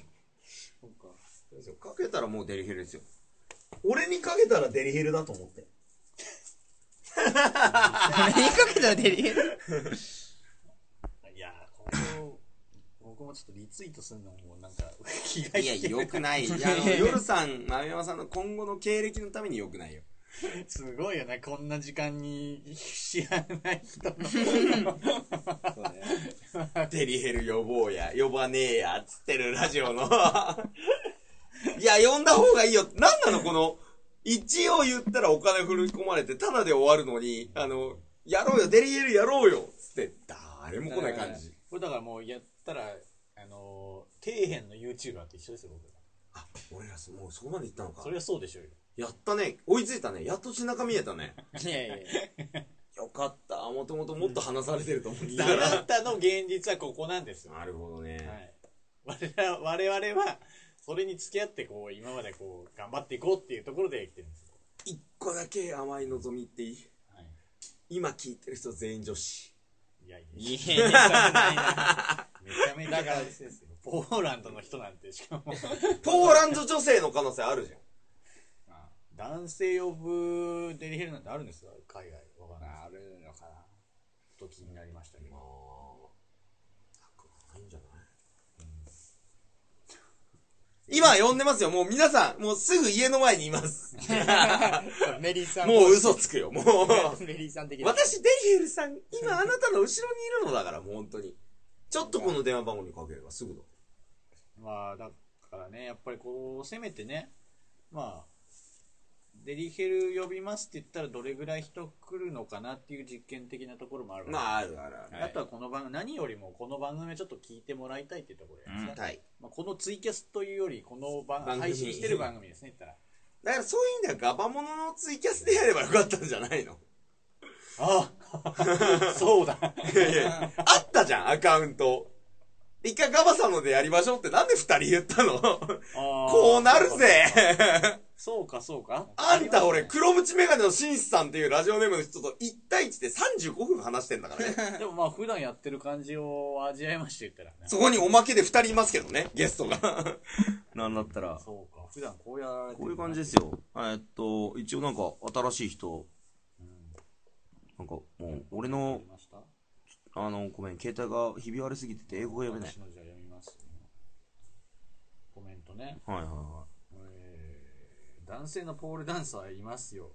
けたらもうデリヘルですよ。俺にかけたらデリヘルだと思って俺にかけたらデリヘルいやここ僕もちょっとリツイートするのもなんか気がいやよくない。あの夜さん豆山さんの今後の経歴のためによくないよ。 すごいよねこんな時間に知らない人のそうね、デリヘル呼ぼうや呼ばねえやつってるラジオのいや呼んだ方がいいよ。なんなのこの一応言ったらお金振り込まれてタダで終わるのにあのやろうよデリヘルやろうよつって誰も来ない感じ。 これだからもうやったらあの底辺の YouTuber と一緒ですよ僕ら。 あ俺らもうそこまで行ったのか。 それはそうでしょうよ。 やったね追いついたね。やっと背中見えたねいやいやいやよかった。もともともっと話されてると思ってたあなたの現実はここなんですよ。 なるほどね、 はい、我々我々はそれに付き合ってこう今までこう頑張っていこうっていうところで生きてるんですよ。 一個だけ甘い望みっていい、はい、今聞いてる人全員女子。 いやいやいやないなちゃめちゃ大切ですよ。ポーランドの人なんて、しかも。 ポーランド女性の可能性あるじゃん。 男性呼ぶデリヘルなんてあるんですか海外。わかんない。 あるのかなと気になりましたけど。 ないんじゃない、今呼んでますよ。もう皆さん、もうすぐ家の前にいます。 メリーさん。 もう嘘つくよ、もう。 メリーさん的な。 私、デリヘルさん、今あなたの後ろにいるのだから、もう本当に。ちょっとこの電話番号にかければすぐだ。 まあ、だからね、やっぱりこう、せめてね、まあ、デリヘル呼びますって言ったらどれぐらい人来るのかなっていう実験的なところもあるわけです。 まあ、あるあるある。 あとはこの番組、何よりもこの番組をちょっと聞いてもらいたいっていうところですね。 うん、はい。 まあ、このツイキャスというより、この番番組配信してる番組ですね、言ったら。 だからそういう意味ではガバモノのツイキャスでやればよかったんじゃないの？ ああそうだ。 いやいや、あったじゃん、アカウント。一回ガバさんのでやりましょうってなんで二人言ったの？こうなるぜ。 そうかそうか。 あんた俺、黒縁メガネのシンスさんっていうラジオネームの人といち対いちでさんじゅうごふん話してんだからね。 でもまあ普段やってる感じを味わいまして言ったらね。 そこにおまけでふたりいますけどね、ゲストが。なんだったら。 そうか、普段こうやられてる。 こういう感じですよ。えっと、一応なんか新しい人、 うん、 なんかもう俺の、あの、ごめん、携帯がひび割れすぎてて英語が読めない。 私のじゃあ読みます、ね。コメントね。 はいはいはい。 男性のポールダンサーいますよ。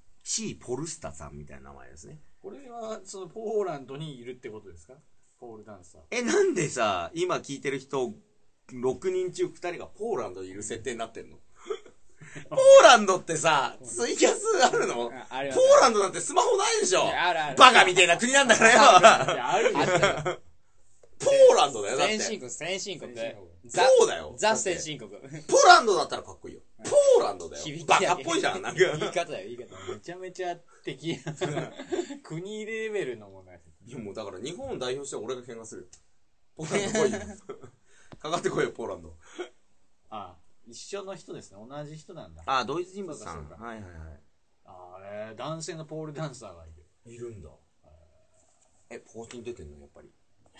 C ポルスタさんみたいな名前ですね。 これはそのポーランドにいるってことですか？ポールダンサー。 え、なんでさ、今聞いてる人ろくにん中ふたりがポーランドにいる設定になってんの？ポーランドってさ、ツイキャスあるの？ポーランドなんてスマホないでしょ？ あるある。 バカみたいな国なんだからよ。 いや、あるよ。 ポーランドだよ、だって。 先進国、先進国で。 そうだよ。 ザ先進国。 ポーランドだったらかっこいいよ。ポーランドだよ。バカっぽいじゃん、なんか。 言い方だよ、言い方。 めちゃめちゃ敵な国レベルのものや。 いやもうだから日本を代表して俺が喧嘩する。ポーランド来いよ。かかってこいよ、ポーランド。 ああ、一緒の人ですね。同じ人なんだ。 ああ、ドイツ人物さん。 そうかそうかはいはいはい。 ああ、えー、男性のポールダンサーがいる。 いるんだ。え、ポーチに出てんのやっぱり。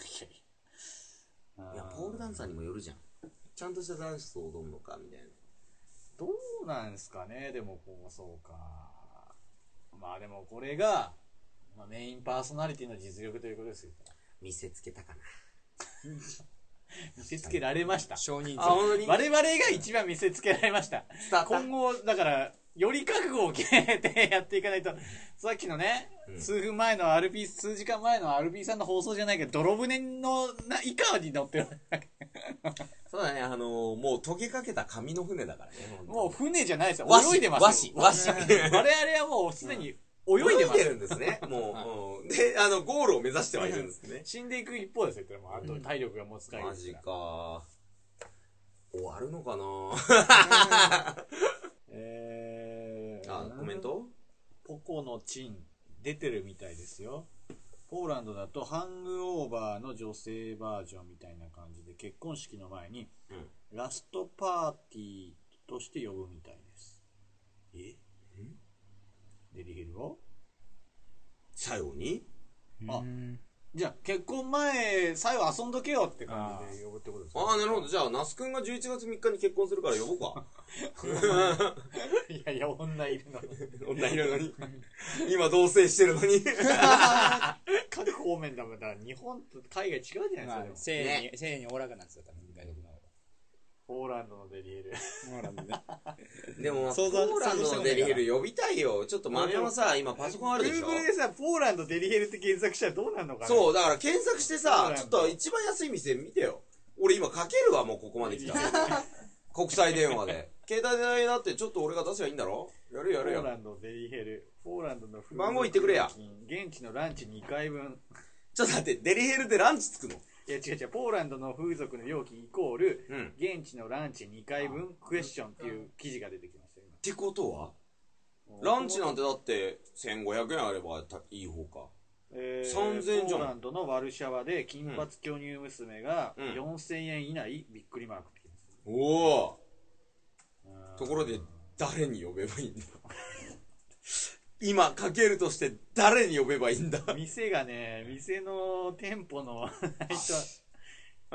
いや、ポールダンサーにもよるじゃん。ちゃんとしたダンスと踊るのかみたいな。 どうなんすかね。でもこう、そうか。まあでもこれが、まあ、メインパーソナリティの実力ということですよ。 見せつけたかな。 見せつけられました。 少人数。 あ、本当に？ 我々が一番見せつけられました。今後、だから、より覚悟を決めてやっていかないと、さっきのね、うん、数分前の アールピー、数時間前の アールピー さんの放送じゃないけど、泥船のな以下に乗ってる。 そうだね、あのー、もう溶けかけた紙の船だからね。 もう船じゃないですよ。泳いでますよ。 和紙。和紙。 我々はもうすでに泳いでます。 泳いでるんですね。もう、で、あの、ゴールを目指してはいるんですね。 死んでいく一方ですよ。もうあと体力が持つ限り。 マジか。終わるのかなえー、 あ、コメント？ ポコのチン出てるみたいですよ。ポーランドだとハングオーバーの女性バージョンみたいな感じで結婚式の前に、うん、ラストパーティーとして呼ぶみたいです。え？デリヘルを最後に？ あ、じゃあ結婚前最後遊んどけよって感じで呼ぶってことですか？ ああ、なるほど。じゃあ那須くんがじゅういちがつみっかに結婚するから呼ぼうか。 いやいや、女いるのに。 女いるのに。今同棲してるのに。 各方面だもん。だから日本と海外違うじゃないですか。まあ、 性に、ね、性におおらかなんですよ、多分外国の方が。 ポーランドのデリヘル。 ポーランドね。 でも、ポーランドのデリヘル呼びたいよ。ちょっと豆山さ、今パソコンあるでしょ？ Google でさ、ポーランドデリヘルって検索したらどうなるのかな？ そう、だから検索してさ、ちょっと一番安い店見てよ。俺今かけるわ、もうここまで来た。国際電話で。携帯代だってちょっと俺が出せばいいんだろ？やるやるや。 ポーランドデリヘル。ポーランドの番号言ってくれや。 現地のランチにかいぶん。 ちょっと待って、デリヘルでランチつくの？ いや違う違う、ポーランドの風俗の料金イコール、うん、現地のランチにかいぶんクエスチョンっていう記事が出てきましたよ。 ってことはランチなんてだってせんごひゃくえんあればいい方か。 えー、 さんぜんえんじゃん。 ポーランドのワルシャワで金髪巨乳娘がよんせんえん以内びっくりマークってきます。 おお。ところで誰に呼べばいいんだ今かけるとして誰に呼べばいいんだ店がね、店の店舗の人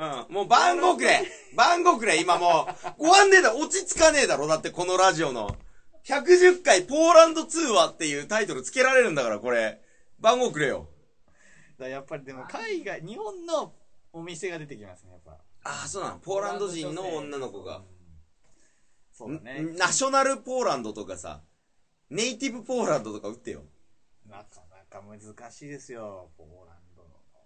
うん、もう番号くれ番号くれ今もう、終わんねえだろ、落ち着かねえだろ、だってこのラジオの。ひゃくじゅっかいポーランド通話っていうタイトルつけられるんだから、これ。番号くれよ。 だやっぱりでも海外、日本のお店が出てきますね、やっぱ。 ああ、そうなの。ポーランド人の女の子が。 うん、そうだね。 ナショナルポーランドとかさ、ネイティブポーランドとか売ってよ。 なかなか難しいですよ、ポーランドの。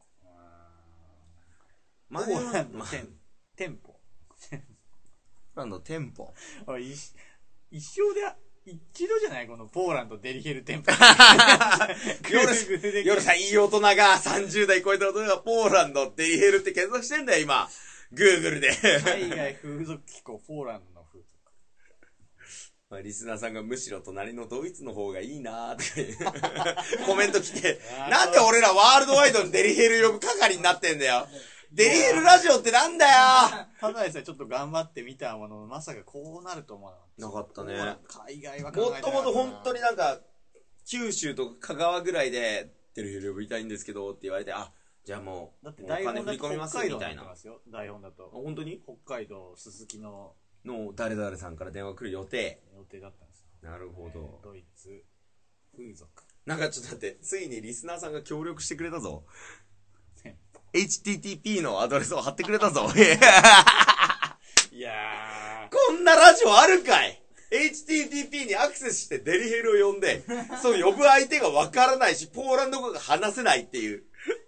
まあ、 ポーランドまあ、 店店舗。 ポーランド店舗。 おい一一生で一度じゃないこのポーランドデリヘル店舗。 夜、夜さ、いい大人がさんじゅう代超えた大人がポーランドデリヘルって検索してんだよ、今。グーグルで。 海外風俗機構、ポーランドの風俗。 まあ、リスナーさんがむしろ隣のドイツの方がいいなーってコメント来て、なんで俺らワールドワイドにデリヘル呼ぶ係になってんだよ。デリヘルラジオってなんだよ。 ただでさえちょっと頑張ってみたものの、まさかこうなると思わなかった。 なかったね。 海外は考もっとえてなかったなもっと本当になんか、九州とか香川ぐらいで、デリヘル呼びたいんですけどって言われて、あ、じゃあもう、 だってお金振台本だとり込みます北海道みたいな。あ、 になってますよ。台本だと。 本当に北海道鈴木のの、誰々さんから電話来る予定。 予定だったんですよ。 なるほど。 ドイツ風俗。 なんかちょっと待って、ついにリスナーさんが協力してくれたぞ。エイチティーティーピー のアドレスを貼ってくれたぞ。 いやこんなラジオあるかい エイチティーティーピー にアクセスしてデリヘルを呼んで、そう呼ぶ相手がわからないし、ポーランド語が話せないっていう。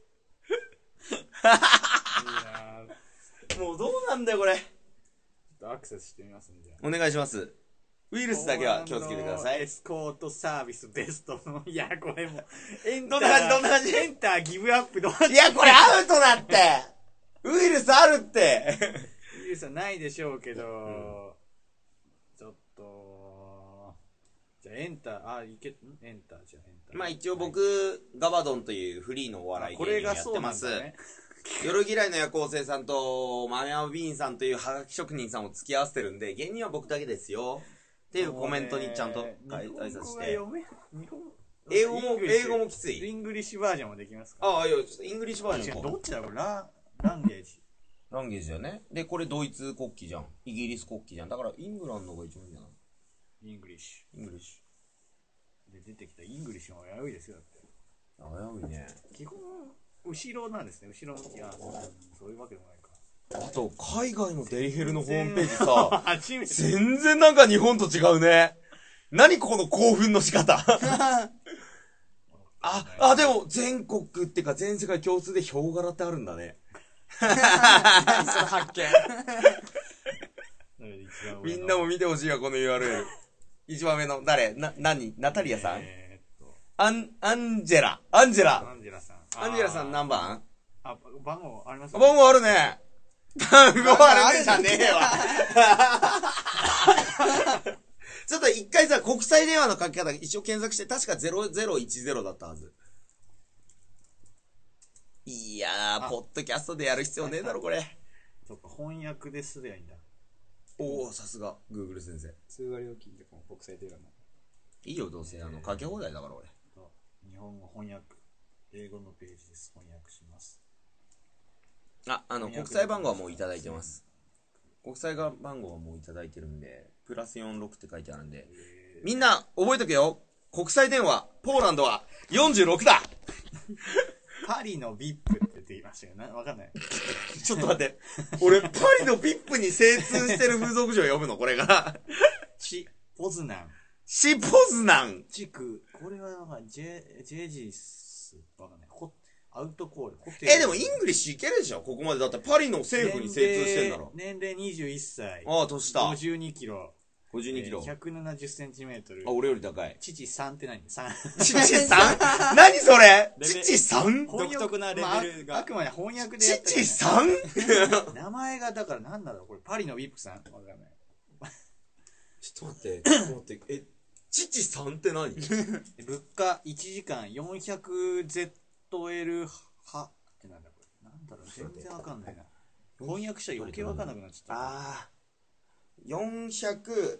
もうどうなんだよこれ。 アクセスしてみますんで。 お願いします。ウイルスだけは気をつけてください。 エスコートサービスベストの、いや、これもう、エンどんな感じどんな感じエンターギブアップどういや、これアウトだってウイルスあるってウイルスはないでしょうけど、 んちょっと、じゃあエンター、あ、いけ、んエンターじゃあエンター。 まあ一応僕、ガバドンというフリーのお笑い芸人をやってます。 これがそうなんだね。 夜嫌いの夜行性さんと、豆山ビーンさんというハガキ職人さんを付き合わせてるんで、芸人は僕だけですよ。っていうコメントにちゃんと挨拶して。英語も、英語もきつい。 イングリッシュバージョンもできますか？ ああ、いや、ちょっとイングリッシュバージョンか。 どっちだこれラ、ランゲージ。 ランゲージだよね。で、これドイツ国旗じゃん。イギリス国旗じゃん。だからイングランドが一番いいんじゃない？ イングリッシイングリッシュ。で、出てきたイングリッシュも危ういですよ、だって。 ュ。危ういね。 基本、後ろなんですね。後ろ向き。あ、そういうわけでもないか。 あと、海外のデリヘルのホームページさ、 初めて。 全然なんか日本と違うね。何この興奮の仕方あ、あ、でも、全国ってか全世界共通でヒョウ柄ってあるんだね。 何その発見。 みんなも見てほしいわ、この ユーアールエル。一番上の、誰な、何ナタリアさん、 えー、っと、 アン、アンジェラ。アンジェラ。 アンジェラさん。 アンジェラさん何番？ あ、番号あります番号あるね。番号あるねじゃねえわ。ちょっと一回さ、国際電話の書き方一応検索して、確かゼロゼロいちゼロだったはず。いやー、ポッドキャストでやる必要ねえだろ、これ。 そっか、翻訳ですりゃいいんだ。 おー、さすが、グーグル先生。 通話料金でこの国際電話の。 いいよ、どうせ、あの、書き放題だから、俺。 日本語翻訳。英語のページです。翻訳します。 あ、あの、国際番号はもういただいてます。国際番号はもういただいてるんで、プラスよんじゅうろくって書いてあるんで、みんな、覚えとけよ。国際電話、ポーランドはよんじゅうろくだパリの ビップ って出てきましたよ。な、わかんない。 ちょっと待って。俺、パリの ビップ に精通してる風俗嬢呼ぶのこれが。 チ、ポズナン。 シポズナン。 地区。これはなんか、ジェ、ジェジス。わかんない。ホアウトコール。ホテル。 え、でもイングリッシュいけるでしょここまで。だってパリの政府に精通してんだろ。 年齢にじゅういっさい。 ああ、年下。 ごじゅうにキロ。 ごじゅうにキロ。 ひゃくななじゅっセンチメートル。 あ、俺より高い。 父さんって何 ?さん。 父さん何それ父さん独特なレベルが。まあ、あくまで翻訳でやってる、ね。 父さん名前がだから何だろうこれパリのビップさんわかんない。 ちょっと待って、ちょっと待って。え、父さんって何物価いちじかん よんひゃくゼットエル はってなんだこれ。なんだろう全然わかんないな。翻訳者余計わかんなくなっちゃった。 あー。よんひゃく。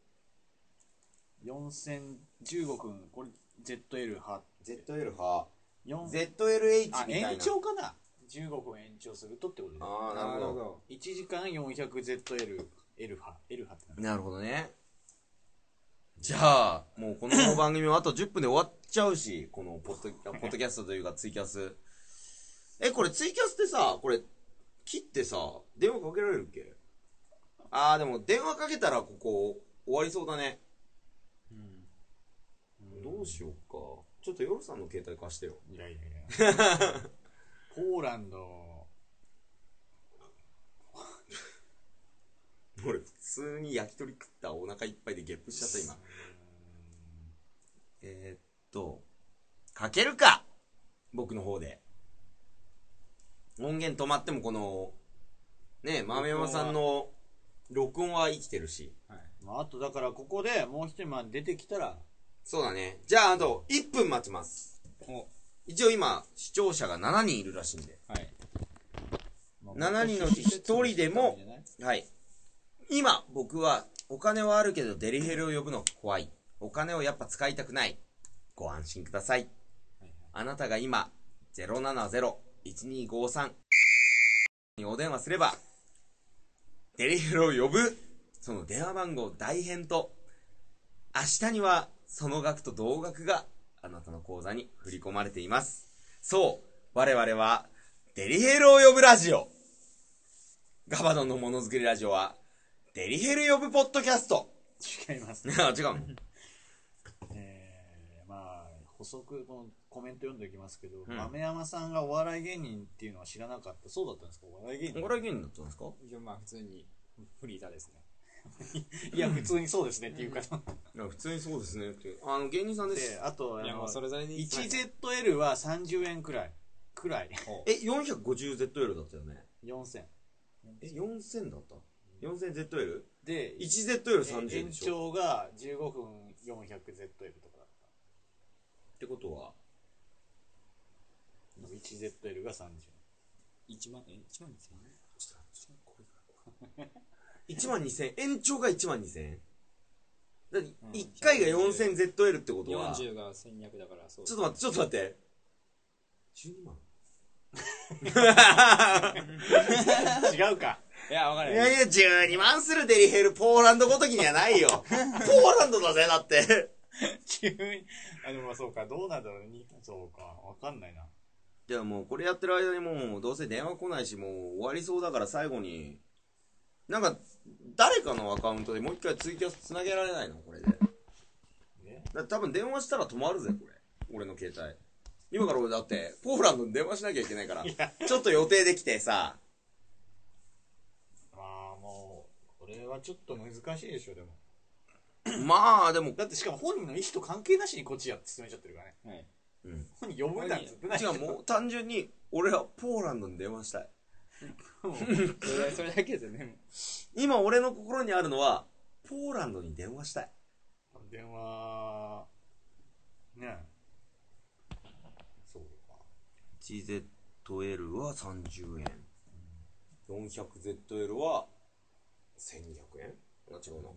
よんせんじゅうごふん。これ ゼットエル は。 ゼットエル は。 ゼットゼットエルエイチ みたいな。 あ、延長かなじゅうごふん延長するとってことです。 ああ、なるほど。 いちじかん よんひゃくゼットエル L 波 L 波ってなるほどね。じゃあ、もうこの番組はあとじゅっぷんで終わっちゃうし、このポッド、ポッドキャストというかツイキャス。え、これツイキャスってさ、これ、切ってさ、電話かけられるっけ？あー、でも電話かけたらここ終わりそうだね。うん。どうしようか。ちょっと夜さんの携帯貸してよ。 いやいやいや。ポーランド。 俺普通に焼き鳥食ったお腹いっぱいでゲップしちゃった今。えー、っとかけるか僕の方で音源止まってもこのね豆山さんの録音は生きてるし、 はい、まあ、あとだからここでもう一人まあ出てきたらそうだね。じゃああといっぷん待ちます。一応今視聴者がしちにんいるらしいんで、はい、しちにんのうちひとりでもはい今僕はお金はあるけどデリヘルを呼ぶの怖い。お金をやっぱ使いたくない。ご安心ください。あなたが今 ゼロななゼロ いちにごさん にお電話すればデリヘルを呼ぶその電話番号大変と明日にはその額と同額があなたの口座に振り込まれています。そう、我々はデリヘルを呼ぶラジオ。ガバドンのものづくりラジオはデリヘル呼ぶポッドキャスト。 違いますね。違うのえー、まあ補足のコメント読んでおきますけど、うん、豆山さんがお笑い芸人っていうのは知らなかった。そうだったんですか？お笑い芸人。 お笑い芸人だったんですか？ いや、まあ普通にフリーターですね。 いや普通にそうですねっていうかいや普通にそうですねってあの芸人さんです。 であとあのいやもうそれぞれにいちゼットエル はさんじゅうえんくらいくらいえ よんひゃくごじゅうゼットエル だったよね。 よんせんえよんせんだった よんせんゼットエルでいちゼットエルさんじゅうえんでしょ。 延長がじゅうごふん よんひゃくゼットエル とかだったってことはいちゼットエル がさんじゅうえんいちまんえんいちまんにせんえんちょっといちまんにせん延長がいちまんにせんえんだっていっかいが よんせんゼットエル ってことはよんじゅうがせんにひゃくだからそう。 ちょっと待ってちょっと待ってじゅうにまん違うか。 いや、わかんない。 いやいや、じゅうにまんするデリヘル、ポーランドごときにはないよ。ポーランドだぜ、だって。 急に、あ、でもまあそうか、どうなんだろうね。そうか、わかんないな。 じゃあもう、これやってる間にもう、どうせ電話来ないし、もう終わりそうだから最後に、なんか、誰かのアカウントでもう一回ツイキャスつなげられないのこれで。だ多分電話したら止まるぜ、これ。俺の携帯。今から俺だって、ポーランドに電話しなきゃいけないから、ちょっと予定できてさ。 まあもう、これはちょっと難しいでしょ、でも。 まあ、でも。 だってしかも本人の意思と関係なしにこっちやって進めちゃってるからね。はい。うん。本人呼ぶなんて言ってない。 違う、もう単純に、俺はポーランドに電話したい。 それ、それだけですよね。 今俺の心にあるのは、ポーランドに電話したい。 電話、ねえ。そうか。 いちゼットエル はさんじゅうえん。よんひゃくゼットエル はせんにひゃくえんあ、違うな。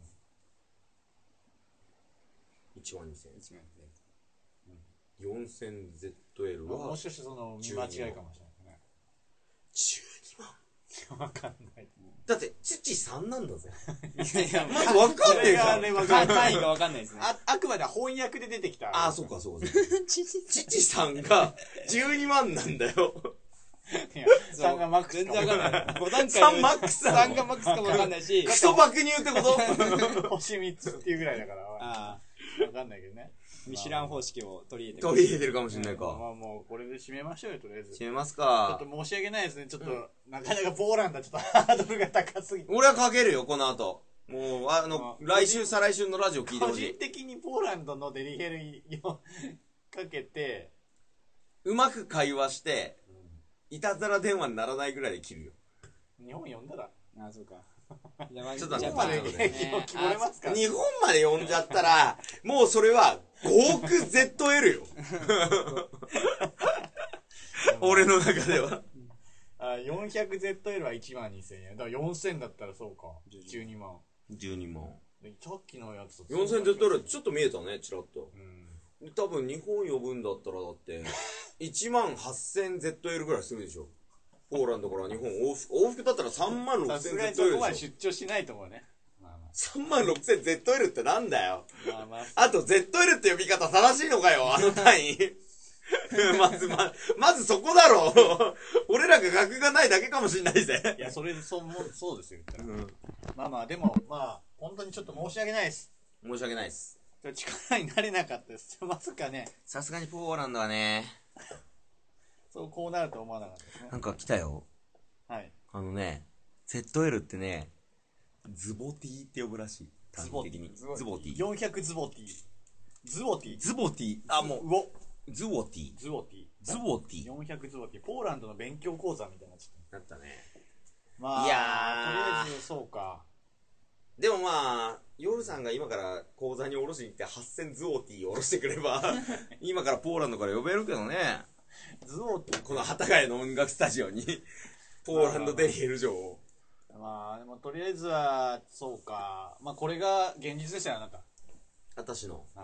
いちまんにせんえん。いちまんにせんえん。よんせんゼットエル はもしかしてその見間違いかもしれないね。 じゅうにまんわかんない。 だって父さんなんだぜ。 いやいや、 まずわかんねえじゃん。 単位がわかんないですね。 あ、あくまで翻訳で出てきた。 ああ、そうかそうか。父さんがじゅうにまんなんだよ。 いや、さんがマックス。 全然わかんない。ご段階さんマックスさんがマックスかもわかんないし。 クソ爆乳ってこと星みっつっていうぐらいだから。ああ。わかんないけどね。 ミシュラン方式を取り入れてる。取り入れてるかもしれないか。 まあもうこれで締めましょうよ、とりあえず。 締めますか。 ちょっと申し訳ないですね。ちょっと、なかなかポーランドはちょっとハードルが高すぎて。 俺はかけるよ、この後。もう、あの、来週、再来週のラジオ聞いてほしい。 個人的にポーランドのデリヘルをかけて、 うまく会話して、いたずら電話にならないぐらいで切るよ。 日本呼んだら。 ああ、そうか。 ちょっと日本まで決めれますか？ 日本まで呼んじゃったら、もうそれはごおくゼットエルよ。俺の中では。 あ、よんひゃくゼットエル はいちまんにせんえん。だからよんせんだったらそうか。じゅうにまん。 じゅうにまん。 さっきのやつと。 よんせんゼットエル ちょっと見えたね、チラッと。うん。多分日本呼ぶんだったらだって、いちまんはっせんゼットエル ぐらいするでしょ。 ポーランドから日本往復往復だったらさんまんろくせん ゼットエル でしょ。 出張しないと思うね。まあまあ、 さんまんろくせん ゼットエル ってなんだよ。 まあまあ、 あと ゼットエル って呼び方正しいのかよ、あの単位。まずままずそこだろ。俺らが学がないだけかもしんないぜ。 いや、それでそうもそうですよ、言ったら。 うん、 まあまあ、でもまあ本当にちょっと申し訳ないです。 申し訳ないです。 力になれなかったです。まさかね、 さすがにポーランドはね、 そうこうなると思わなかったですね。 なんか来たよ。 はい。 あのね、ゼットエル ってね、ズボティって呼ぶらしい。単位的に。ズボティ。 よんひゃくズボティ。ズボティ。 ズボティ。あ、もう。 うお。 ズボティ。 ズボティ。 ズボティ。 よんひゃくズボティ。ポーランドの勉強講座みたいなちょっと。 なったね。 まあ、 いやーとりあえずそうか。 でもまあ、夜さんが今から口座に下ろしに行ってはっせんズオーティーを下ろしてくれば、今からポーランドから呼べるけどね。 ズオーティ。 この幡ヶ谷の音楽スタジオに、ポーランドデリヘル城を。 まあ、でもとりあえずは、そうか。まあこれが現実ですよ、あなた。 私の。 はい。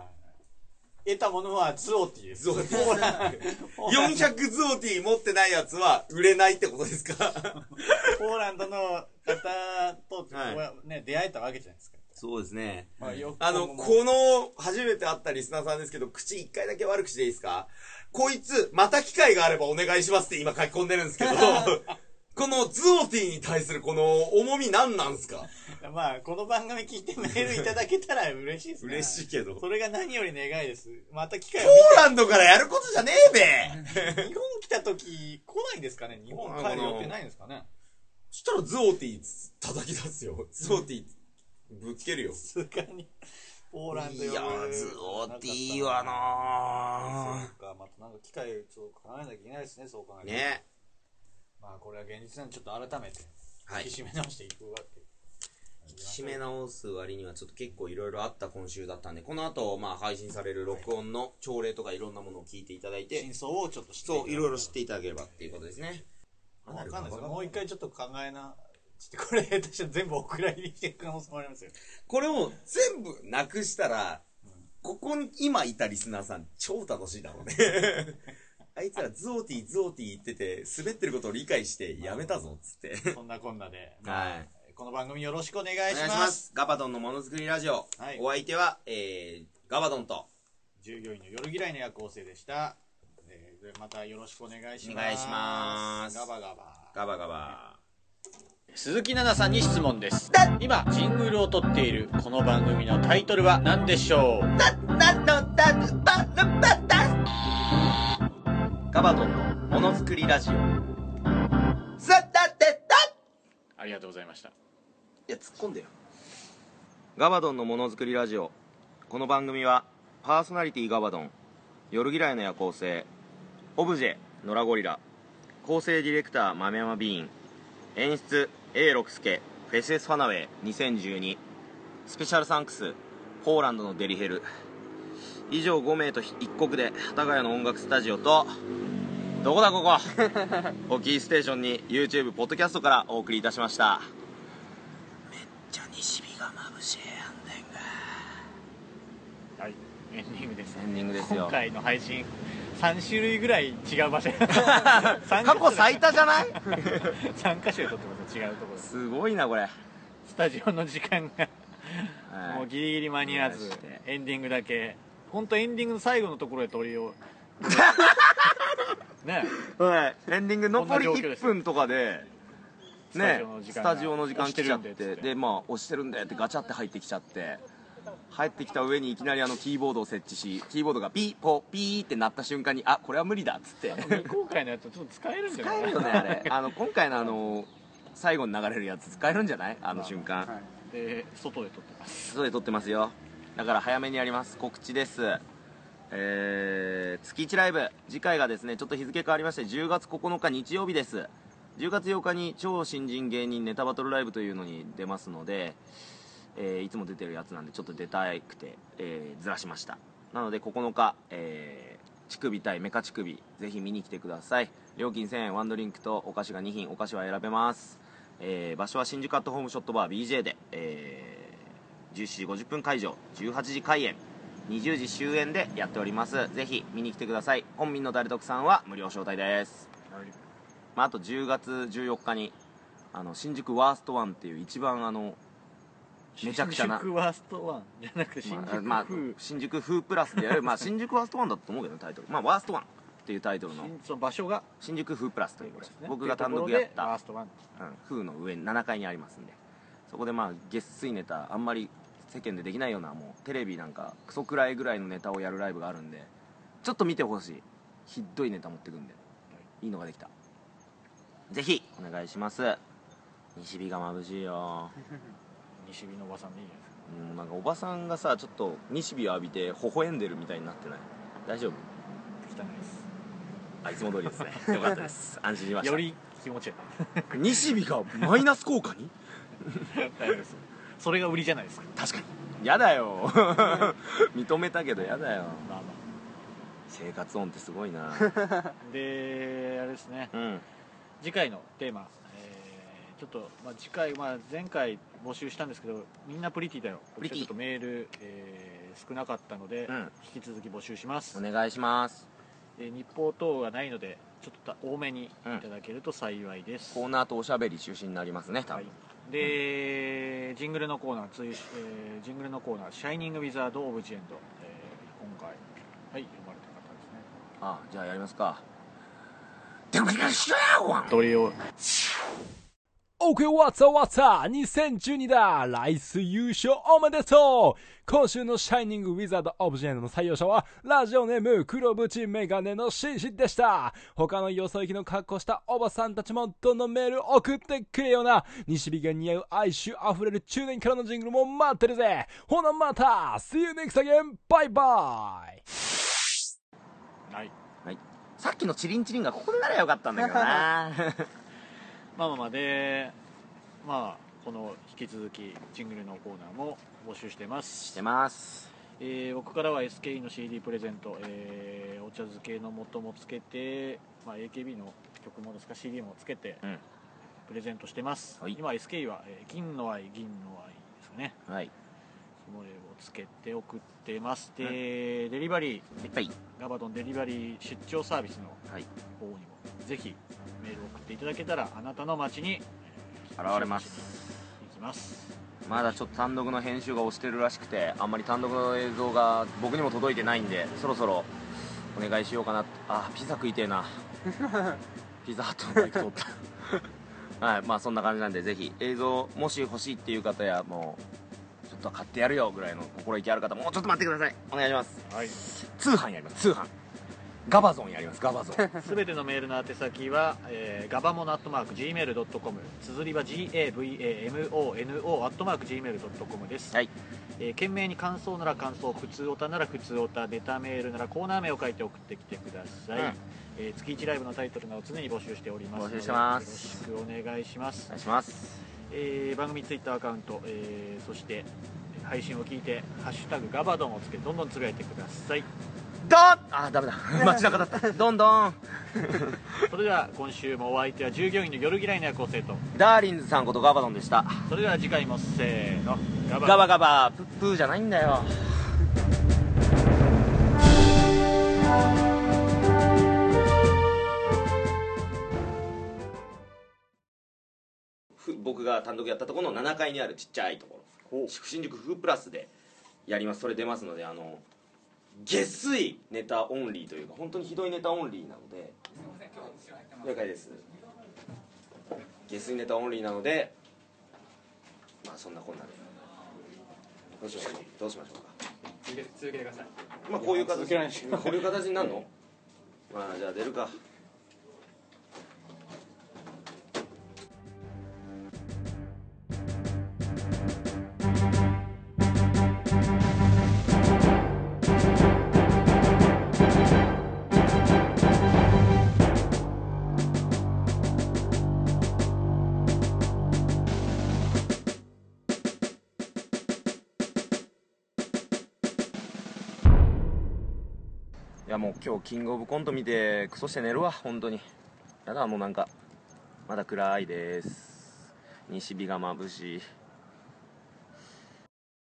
得たものはズオーティです。 ズオーティー。よんひゃくズオーティー持ってないやつは売れないってことですか？ ポーランドの方と、 はね、出会えたわけじゃないですか。 そうですね。 まあ、よあの、この、初めて会ったリスナーさんですけど、口一回だけ悪くしていいですか？こいつ、また機会があればお願いしますって今書き込んでるんですけど、このズオーティーに対するこの重み何なんすか？ まあ、この番組聞いてメールいただけたら嬉しいですね。 嬉しいけど。 それが何より願いです。また機会ポを見ーランドからやることじゃねえべて。日本来た時来ないんですかね？日本帰る予定ないんですかね？ そしたらズオーティー叩き出すよ。ズオーティーぶつけるよ。 さすがに。ポーランドいやー、ズオーティーはなー。 そうか、またなんか機会ちょっと考えなきゃいけないですね、そう考えると。 ね。 まあこれは現実なんでちょっと改めてはい。 引き締め直していくわけ。 引き締め直す割にはちょっと結構いろいろあった今週だったんで、この後、まあ配信される録音の朝礼とかいろんなものを聞いていただいて、 真相をちょっと知ってそう、いろいろ知っていただければっていうことですね。 わかんないですよ。もう一回ちょっと考えな。ちょっとこれ下手したら全部お蔵入りしていく可能性もありますよ。 これを全部なくしたら、ここに今いたリスナーさん超楽しいだろうね。あいつらズオーティーズオーティー言ってて滑ってることを理解してやめたぞっつって。 そんなこんなで、 はい。 この番組よろしくお願いします。 お願いします。ガバドンのものづくりラジオ。 はい、 お相手は、えー、ガバドンと従業員の夜嫌いの夜行性でした。えー、またよろしくお願いします。 お願いします。 ガバガバ。 ガバガバ。 鈴木奈々さんに質問です。今ジングルを撮っているこの番組のタイトルは何でしょう？ ガバドンのものづくりラジオ。 ありがとうございました。 いや、突っ込んでよ。ガバドンのものづくりラジオ。この番組はパーソナリティガバドン、夜嫌いの夜行性、オブジェノラゴリラ、構成ディレクター豆山ビーン、演出 エーろく 助、フェスエスファナウェイにせんじゅうに、スペシャルサンクスポーランドのデリヘル、以上ご名と一国で幡ヶ谷の音楽スタジオと、どこだここオキーステーションに YouTube ポッドキャストからお送りいたしました。めっちゃ西日が眩しいやんねんが。 はい、エンディングです。 エンディングですよ。 今回の配信さん種類ぐらい違う場所過去最多じゃないさん箇所で撮ってます。違うところすごいなこれ。 スタジオの時間がはい、 もうギリギリ間に合わずエンディングだけ、本当エンディングの最後のところで撮りようね、 はい、エンディング残りいっぷんとかでね、 ススタジオの時間来ちゃっ押してるんでっつってて、でまあ押してるんでってガチャって入ってきちゃって、入ってきた上にいきなりあのキーボードを設置し、キーボードがピーポーピーって鳴った瞬間に、あ、これは無理だっつって未公開のやつちょっと使えるんじゃない？ 使えるよねあれ。あの今回のあの最後に流れるやつ使えるんじゃない？あの瞬間、 はい、で外で撮ってます。 外で撮ってますよ。だから早めにやります。告知です。えー、月いちライブ、次回がですねちょっと日付変わりましてじゅうがつここのか日曜日です。じゅうがつようかに超新人芸人ネタバトルライブというのに出ますので、えー、いつも出てるやつなんでちょっと出たくて、えー、ずらしました。なのでここのか、えー、乳首対メカ乳首ぜひ見に来てください。料金せんえん、ワンドリンクとお菓子がに品、お菓子は選べます。えー、場所は新宿アットホームショットバー ビージェー で、えー、じゅうしちじごじゅっぷん開場、じゅうはちじ開演、にじゅうじ終演でやっております。ぜひ見に来てください。本民の誰得さんは無料招待です。 はい、 まあ、あとじゅうがつじゅうよっかにあの新宿ワーストワンっていう一番あのめちゃくちゃな新宿ワーストワンじゃなくて新宿風、 まあ、新宿風プラスでやる、まあ、新宿ワーストワンだったと思うけどタイトル、まあ、ワーストワンっていうタイトルの新その場所が新宿風プラスという場所、 ね僕が単独やっっていうところでワーたストワン、 うん、風の上にななかいにありますんで、そこでまあ月水ネタあんまり世間でできないような、もうテレビなんかクソくらいぐらいのネタをやるライブがあるんで、ちょっと見てほしい。ひどいネタ持ってくんで、いいのができた。ぜひお願いします。西日が眩しいよ。 西日のおばさんでいいじゃないですか。 うん、なんかおばさんがさちょっと西日を浴びて微笑んでるみたいになってない？大丈夫？ 汚いです。 あ、いつも通りですね。よかったです。安心しました。 より気持ちいい西日がマイナス効果に大丈夫ですそれが売りじゃないですか。 確かにやだよ認めたけどやだよ。 まあま生活音ってすごいなあであれですね、 うん次回のテーマ、えーちょっと、まあ、次回、まあ、前回募集したんですけど、みんなプリティだよ。 プリティちょっとメール、えー少なかったので、 うん引き続き募集しますお。願いします。 えー日報等がないのでちょっと多めにいただけると幸いです。 コーナーとおしゃべり中心になりますね多分、 はい、で、ジングルのコーナーつい、えージングルのコーナー「シャイニング・ウィザード・オブ・ジ・エンド」えー今回、はい、読まれた方ですね。 あじゃあやりますか。でもどれを OK, what's up, what's up? にせんじゅうにだライス優勝おめでとう。今週のシャイニングウィザードオブジェンドの採用者はラジオネーム黒縁メガネの紳士でした。他のよそ行きの格好したおばさんたちもどんどんメール送ってくれよな。西日が似合う哀愁あふれる中年からのジングルも待ってるぜ。ほなまた See you next again. バイバイ。 はいはい、さっきのチリンチリンがここでならよかったんだけどなまあまあまあでまあこの引き続きジングルのコーナーも募集してますしてます。 えー僕からは エスケーイー の シーディー プレゼント、えーお茶漬けの素もつけて、まあ、エーケービー の曲もですか シーディー もつけてうんプレゼントしてます、 はい今 エスケーイー は、えー銀の愛銀の愛ですかね。 はいその絵をつけて送ってますで、デリバリーいっぱいガバドンデリバリー出張サービスのはい方にもぜひメールを送っていただけたらあなたの街に現れます。 行きます。 まだちょっと単独の編集が押してるらしくて、あんまり単独の映像が僕にも届いてないんで、そろそろお願いしようかな。あピザ食いてえなピザハットのバイク通ったはい、まあそんな感じなんで、ぜひ映像もし欲しいっていう方や、もうちょっと買ってやるよぐらいの心意気ある方、もうちょっと待ってください。お願いします。 はい通販やります。通販ガバゾンやります。ガバゾンすべてのメールの宛先は、えー、ガバモノアットマーク ジーメールドットコム 綴りは ジーエーブイエーエムオーエヌオー アットマーク ジーメールドットコム です、 はいえー、懸命に感想なら感想、普通オタなら普通オタ、ネタメールならコーナー名を書いて送ってきてください、 うんえー、月いちライブのタイトルなど常に募集しておりますので募集してますよろしくお願いしますお願いします。 えー番組ツイッターアカウント、えーそして配信を聞いて「ハッシュタグガバドン」をつけてどんどんつぶやいてください。 ドンあダメだ街中だったどんどんそれでは今週もお相手は従業員の夜嫌いの夜行性と、 ダーリンズさんことガバドンでした。 それでは次回もせーのガバドンガバガバプップーじゃないんだよ。ふ僕が単独やったところのななかいにあるちっちゃいところ、新宿風プラスでやります。それ出ますので、あの下水ネタオンリーというか、本当にひどいネタオンリーなので、了解です。下水ネタオンリーなので、まあそんなこんなでどうしましょうどうしましょうか。 続け続けてください。 まあこういう形続けられないしこういう形になるの。まあじゃあ出るか。いやもう今日キングオブコント見てクソして寝るわ本当に。やだもうなんかまだ暗いです。西日が眩しい。